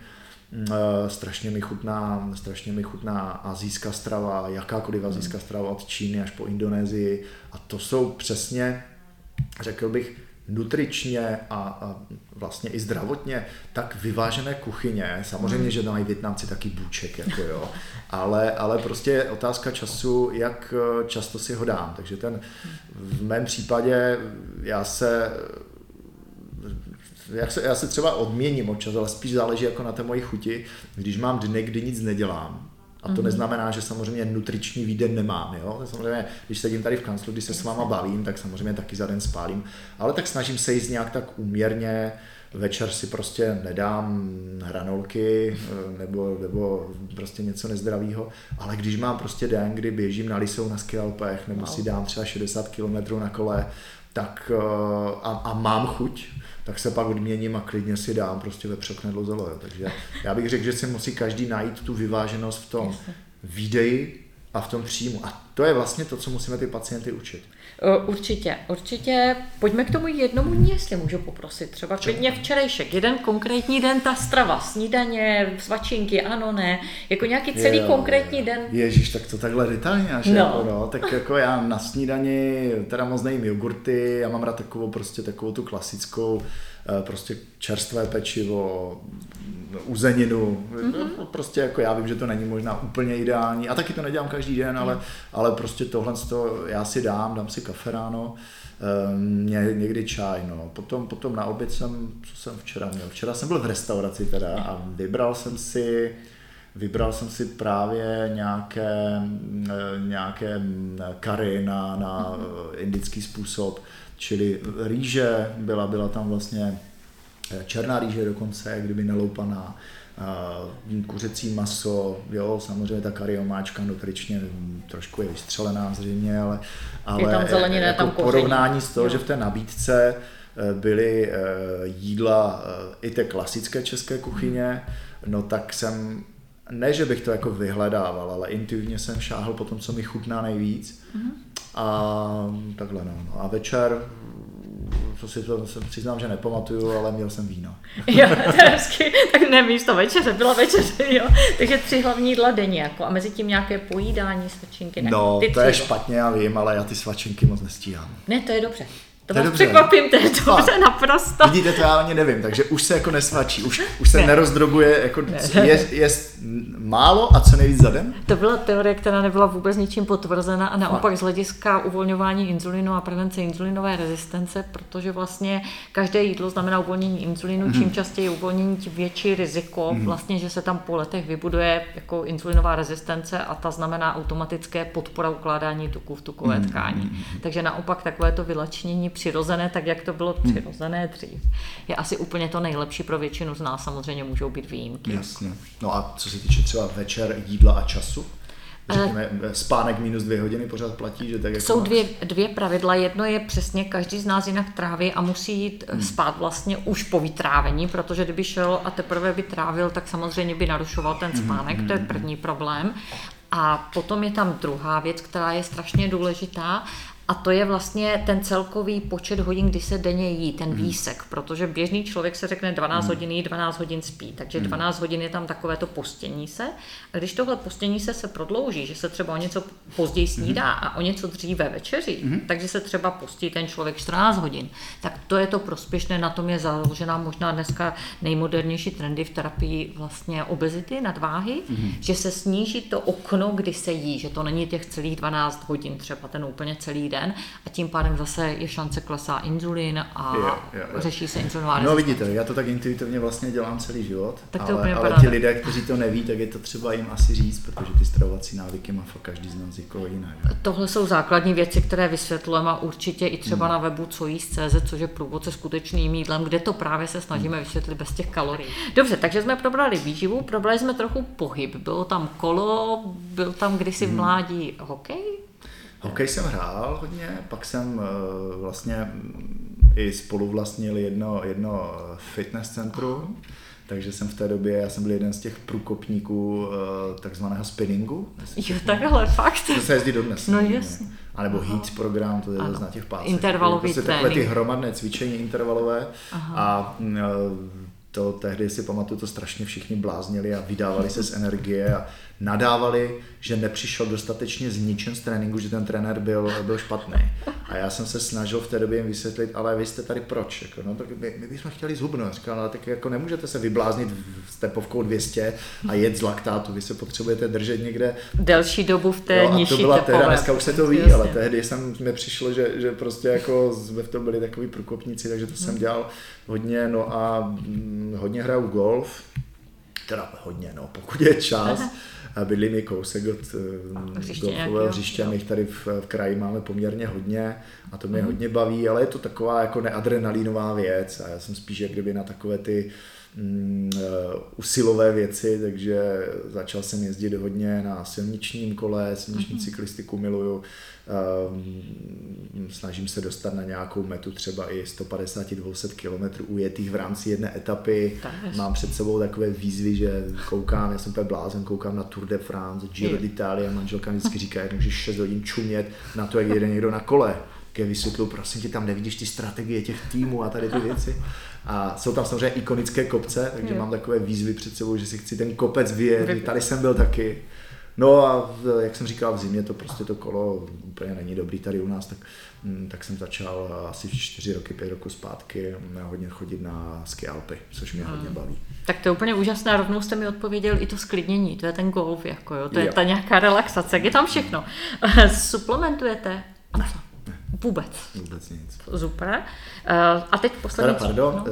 Strašně mi chutná, strašně mi chutná asijská strava, jakákoliv asijská strava od Číny až po Indonésii a to jsou přesně, řekl bych, nutričně a, a vlastně i zdravotně tak vyvážené kuchyně. Samozřejmě, že mají Vietnamci taky bůček, jako jo, ale, ale prostě je otázka času, jak často si ho dám. Takže ten v mém případě já se Já se, já se třeba odměním občas, ale spíš záleží jako na té mojí chuti, když mám dny, kdy nic nedělám. A to mm-hmm. neznamená, že samozřejmě nutriční výden nemám. Jo? Samozřejmě, když sedím tady v kanclu, když se s váma bavím, tak samozřejmě taky za den spálím. Ale tak snažím se jíst nějak tak úměrně. Večer si prostě nedám hranolky nebo, nebo prostě něco nezdravého. Ale když mám prostě den, kdy běžím na Lisou na skialpech nebo si dám třeba šedesát kilometrů na kole, tak a, a mám chuť, tak se pak odměním a klidně si dám prostě vepřok knedlo. Takže já bych řekl, že si musí každý najít tu vyváženost v tom výdeji a v tom příjmu. A to je vlastně to, co musíme ty pacienty učit. Určitě, určitě. Pojďme k tomu jednomu dní, jestli můžu poprosit. Třeba klidně včerejšek, jeden konkrétní den, ta strava, snídaně, svačinky, ano, ne. Jako nějaký celý jo, konkrétní den. Ježíš, tak to takhle detailně až no. jako, no. Tak jako já na snídani teda moc nejím jogurty, já mám rád takovou prostě takovou tu klasickou prostě čerstvé pečivo, uzeninu, mm-hmm. prostě jako já vím, že to není možná úplně ideální a taky to nedělám každý den, ale, mm. ale prostě tohle to já si dám, dám si kafe ráno, ně, někdy čaj, no. Potom, potom na oběd jsem, co jsem včera měl, včera jsem byl v restauraci teda a vybral jsem si Vybral jsem si právě nějaké, nějaké curry na, na indický způsob, čili rýže, byla, byla tam vlastně černá rýže dokonce, kdyby naloupaná, kuřecí maso, jo, samozřejmě ta curry omáčka nutričně trošku je vystřelená zřejmě, ale, ale je tam zelenina, jako tam porovnání z toho, jo. Že v té nabídce byly jídla i té klasické české kuchyně, no tak jsem ne, že bych to jako vyhledával, ale intuitivně jsem šáhl po tom, co mi chutná nejvíc. Mm-hmm. A takhle no. A večer, co si to se přiznám, že nepamatuju, ale měl jsem víno. Jo, to je hezky. Tak ne, místo večeře, byla večeře, jo. Takže tři hlavní jídla denně, jako, a mezi tím nějaké pojídání, svačinky. Ne, no, to je špatně, já vím, ale já ty svačinky moc nestíhám. Ne, to je dobře. To vás překvapím, to je dobře, naprosto. Vidíte, to já ani nevím, takže už se jako nesvačí, už, už se ne. nerozdrobuje, jako ne. je, je málo a co nejvíc za den? To byla teorie, která nebyla vůbec ničím potvrzena a naopak z hlediska uvolňování inzulinu a prevence inzulinové rezistence, protože vlastně každé jídlo znamená uvolnění inzulinu, mm. čím častěji uvolnění, tím větší riziko, mm. vlastně, že se tam po letech vybuduje jako inzulinová rezistence a ta znamená automatické podpora ukládání tuků v tukové mm. tkání. Mm. Takže naopak takovéto vylačnění přirozené, tak jak to bylo přirozené dřív, je asi úplně to nejlepší pro většinu z nás, samozřejmě můžou být výjimky. Jasně. No a co se týče třeba večer, jídla a času? Řekněme, spánek minus dvě hodiny pořád platí, že tak jako jsou dvě, dvě pravidla. Jedno je přesně, každý z nás jinak tráví a musí jít hmm. spát vlastně už po vytrávení, protože kdyby šel a teprve by trávil, tak samozřejmě by narušoval ten spánek, hmm. to je první problém. A potom je tam druhá věc, která je strašně důležitá, a to je vlastně ten celkový počet hodin, kdy se denně jí, ten výsek, protože běžný člověk se řekne dvanáct hmm. hodin jí, dvanáct hodin spí, takže dvanáct hodin je tam takovéto postění se. A když tohle postění se se prodlouží, že se třeba o něco později snídá a o něco dříve večeří, hmm. takže se třeba postí ten člověk čtrnáct hodin, tak to je to prospěšné, na tom je založená možná dneska nejmodernější trendy v terapii vlastně obezity, nadváhy, hmm. že se sníží to okno, kdy se jí, že to není těch celých dvanáct hodin, třeba ten úplně celý den, a tím pádem zase je šance klesá inzulin a je, je, je. řeší se inzulinová rezistence. No vidíte, já to tak intuitivně vlastně dělám celý život, tak to ale, ale ti lidé, kteří to neví, tak je to třeba jim asi říct, protože ty stravovací návyky má fakt každý z nás jako jiné. Tohle jsou základní věci, které vysvětlujeme a určitě i třeba hmm. na webu co jíst tečka cé zet, což je průvodce skutečným jídlem, kde to právě se snažíme hmm. vysvětlit bez těch kalorií. Dobře, takže jsme probrali výživu, probrali jsme trochu pohyb. Bylo tam kolo, byl tam kdysi v mládí hokej? Hokej jsem hrál hodně, pak jsem uh, vlastně i spoluvlastnil jedno, jedno fitness centrum, takže jsem v té době, já jsem byl jeden z těch průkopníků uh, takzvaného spinningu. Jo, takhle, fakt. To se jezdí dodnes. No jasně. A nebo HEAT program, to je na těch pásech. Intervalový to trénink. Takové ty hromadné cvičení intervalové. Aha. A uh, to tehdy si pamatuju, to strašně všichni bláznili a vydávali se z energie a nadávali, že nepřišel dostatečně zničen z tréninku, že ten trenér byl, byl špatný. A já jsem se snažil v té době jim vysvětlit, ale vy jste tady proč? Jako, no, tak my, my bychom chtěli zhubnout. Říkal, ale tak jako nemůžete se vybláznit s tepovkou dvě stě a jet z laktátu, vy se potřebujete držet někde delší dobu v té nižší tepové. To byla tepové. Teda, dneska už se to ví, jasně. Ale tehdy jsem, mi přišlo, že, že prostě jako jsme v tom byli takový průkopníci, takže to hmm. jsem dělal hodně, no a hm, hodně hraju golf, teda hodně, no, pokud je čas. A bydlím je kousek od golfového hřiště, my jich tady v, v kraji máme poměrně hodně a to mě mm. hodně baví, ale je to taková jako neadrenalínová věc a já jsem spíš jak kdyby na takové ty um, usilové věci, takže začal jsem jezdit hodně na silničním kole, silniční mm. cyklistiku miluju, um, snažím se dostat na nějakou metu třeba i sto padesát až dvě stě kilometrů ujetých v rámci jedné etapy. Mám před sebou takové výzvy, že koukám, já jsem úplně blázen, koukám na Tour de France, Giro d'Italia, manželka vždycky říká, jak můžeš šest hodin čumět na to, jak jede někdo na kole. Tak vysvětluji, prosím tě, tam nevidíš ty strategie těch týmů a tady ty věci. A jsou tam samozřejmě ikonické kopce, takže jo. Mám takové výzvy před sebou, že si chci ten kopec vyjet, tady jsem byl taky. No a jak jsem říkal, v zimě to prostě to kolo úplně není dobrý tady u nás, tak, tak jsem začal asi čtyři roky, pět roku zpátky hodně chodit na ski Alpy, což mě hmm. hodně baví. Tak to je úplně úžasné, rovnou jste mi odpověděl i to sklidnění, to je ten golf, jako jo, to je jo. ta nějaká relaxace, je tam všechno. Suplementujete? A co? Vůbec. Vůbec nic. Super. A teď poslední... Teda, pardon, no?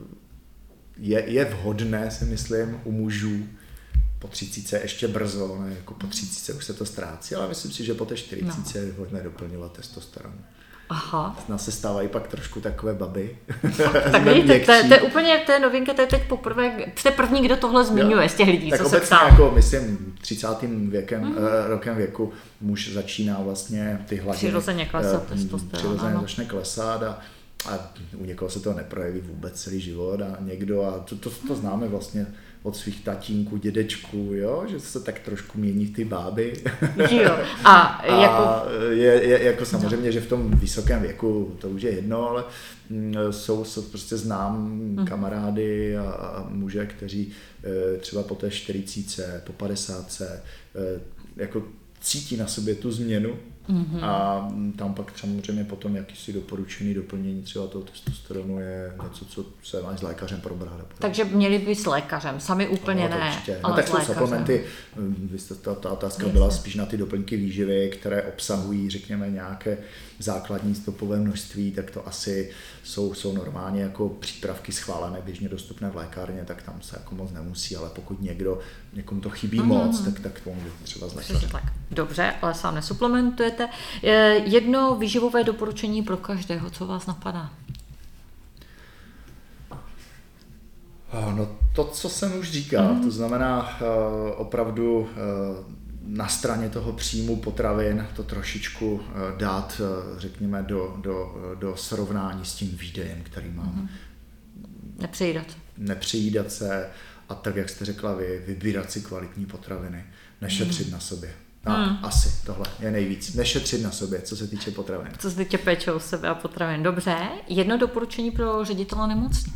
je, je vhodné, si myslím, u mužů po třicítce ještě brzo, ne, jako po třicítce už se to ztrácí, ale myslím si, že po té čtyřicítce no. je hodné doplňovat testosteron. Aha. Z nás se stávají pak trošku takové baby. Tak vidíte, to, to je úplně, to je novinka, to je teď poprvé, jste první, kdo tohle zmiňuje jo. z těch lidí, tak co se ptá. Jako, myslím, třicátým věkem, mm. uh, rokem věku muž začíná vlastně ty hladiny. Přirozeně klesat uh, testosteron. Přirozeně začne klesat a, a u někoho se to neprojeví vůbec celý život a někdo, a to, to, to známe vlastně od svých tatínků, dědečků, jo, že se tak trošku mění ty báby. Jo. A, a jako... je, je jako samozřejmě, že v tom vysokém věku to už je jedno, ale jsou, jsou prostě znám hmm. kamarády a, a muže, kteří třeba po té čtyřicítce, po padesátce jako cítí na sobě tu změnu Mm-hmm. A tam pak samozřejmě potom jakýsi doporučený doplnění třeba toho testosteronu je něco, co se má s lékařem probrat. Takže měli by s lékařem, sami úplně no, ne, no, ale tak s jsou lékařem. suplementy, ta, ta otázka byla spíš na ty doplňky výživy, které obsahují, řekněme, nějaké základní stopové množství, tak to asi jsou, jsou normálně jako přípravky schválené, běžně dostupné v lékárně, tak tam se jako moc nemusí, ale pokud někdo, někomu to chybí mm. moc, tak, tak to může třeba z lékaře. Tak. Dobře, ale sám nesuplementujete. Jedno výživové doporučení pro každého, co vás napadá? No to, co jsem už říkal, mm. to znamená uh, opravdu uh, na straně toho příjmu potravin to trošičku uh, dát, uh, řekněme, do, do, do srovnání s tím výdejem, který mám. Mm. Nepřejídat. Nepřejídat se a tak, jak jste řekla vy, vybírat si kvalitní potraviny, nešetřit mm. na sobě. Tak, hmm. asi tohle je nejvíc. Nešetřit na sobě, co se týče potravin. Co se týče péče o sebe a potravin. Dobře. Jedno doporučení pro ředitele nemocnic.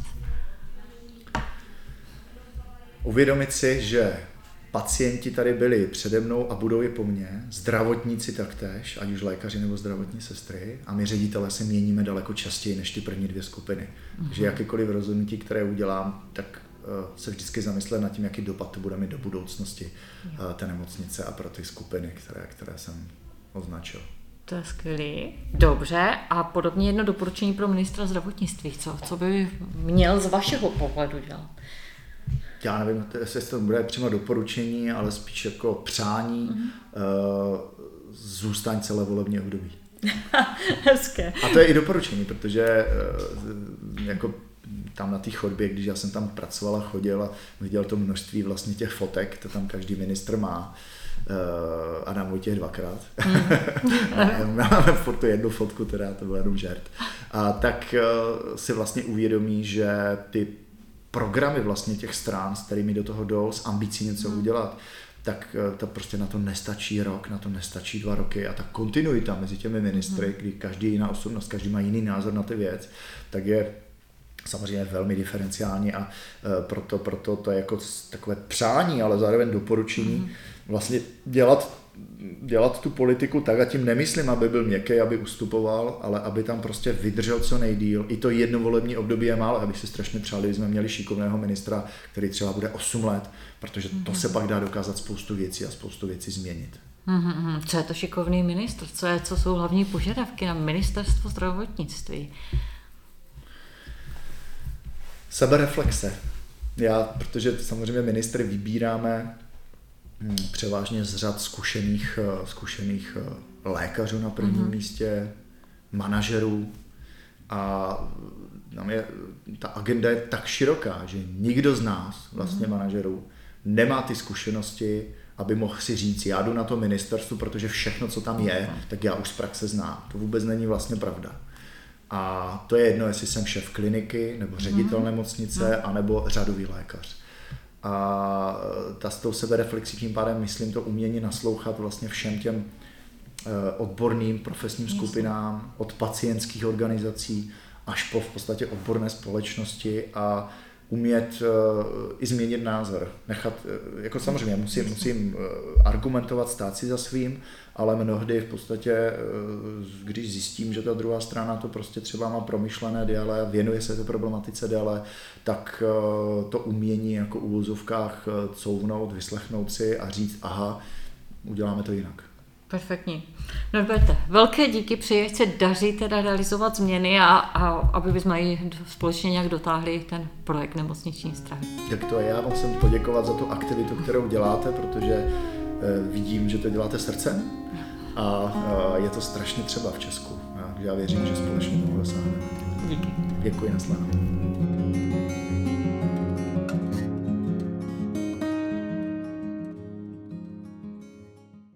Uvědomit si, že pacienti tady byli přede mnou a budou je po mně, zdravotníci taktéž, ať už lékaři nebo zdravotní sestry, a my ředitele se měníme daleko častěji než ty první dvě skupiny. Hmm. Takže jakékoliv rozhodnutí, které udělám, tak se vždycky zamyslet nad tím, jaký dopad to bude mít do budoucnosti jo. té nemocnice a pro ty skupiny, které, které jsem označil. To je skvělý. Dobře. A podobně jedno doporučení pro ministra zdravotnictví. Co, co by měl z vašeho pohledu dělat? Já nevím, jestli to bude přímo doporučení, ale spíš jako přání mm-hmm. uh, zůstaň celé volební období. Hezké. A to je i doporučení, protože uh, jako tam na té chodbě, když já jsem tam pracoval a chodil a viděl to množství vlastně těch fotek, to tam každý ministr má. Uh, Adam Vojtěch dvakrát. Mm. Máme furt tu jednu fotku, teda to byl jenom žert. A tak uh, si vlastně uvědomí, že ty programy vlastně těch stran, s kterými do toho jdou, s ambicí něco mm. udělat, tak uh, to prostě na to nestačí rok, na to nestačí dva roky a ta kontinuita mezi těmi ministry, mm. kdy každý jiná osobnost, každý má jiný názor na ty věc, tak je samozřejmě velmi diferenciální a uh, proto, proto to je jako takové přání, ale zároveň doporučení mm. vlastně dělat, dělat tu politiku tak, a tím nemyslím, aby byl měkký, aby ustupoval, ale aby tam prostě vydržel co nejdýl. I to jedno volební období je málo, abych si strašně přál, kdyby jsme měli šikovného ministra, který třeba bude osm let, protože to se pak dá dokázat spoustu věcí a spoustu věcí změnit. Mm-hmm. Co je to šikovný ministr? Co, je, co jsou hlavní požadavky na ministerstvo zdravotnictví? Sebereflexe. Já, protože samozřejmě ministry vybíráme hmm, převážně z řad zkušených, zkušených lékařů na prvním mm-hmm. místě, manažerů, a tam je, ta agenda je tak široká, že nikdo z nás, vlastně mm-hmm. manažerů, nemá ty zkušenosti, aby mohl si říct, já jdu na to ministerstvu, protože všechno, co tam je, tak já už z praxe znám. To vůbec není vlastně pravda. A to je jedno, jestli jsem šéf kliniky, nebo ředitel mm. nemocnice, mm. anebo řadový lékař. A ta s tou sebereflexí tím pádem, myslím, to umění naslouchat vlastně všem těm odborným profesním skupinám, od pacientských organizací až po v podstatě odborné společnosti a umět uh, i změnit názor. Nechat, uh, jako samozřejmě musím, musím uh, argumentovat, stát si za svým, ale mnohdy v podstatě, uh, když zjistím, že ta druhá strana to prostě třeba má promyšlené déle, věnuje se té problematice déle, tak uh, to umění jako u uvozovkách uh, couvnout, vyslechnout si a říct, aha, uděláme to jinak. Perfektní. Norberte, velké díky, přeji, ať se daří teda realizovat změny a, a aby bychom ji společně nějak dotáhli ten projekt nemocniční stravy. Tak to je, já vám chcem poděkovat za tu aktivitu, kterou děláte, protože e, vidím, že to děláte srdcem a e, je to strašně třeba v Česku. Takže já věřím, že společně toho dosáhneme. Díky. Děkuji, na shledanou.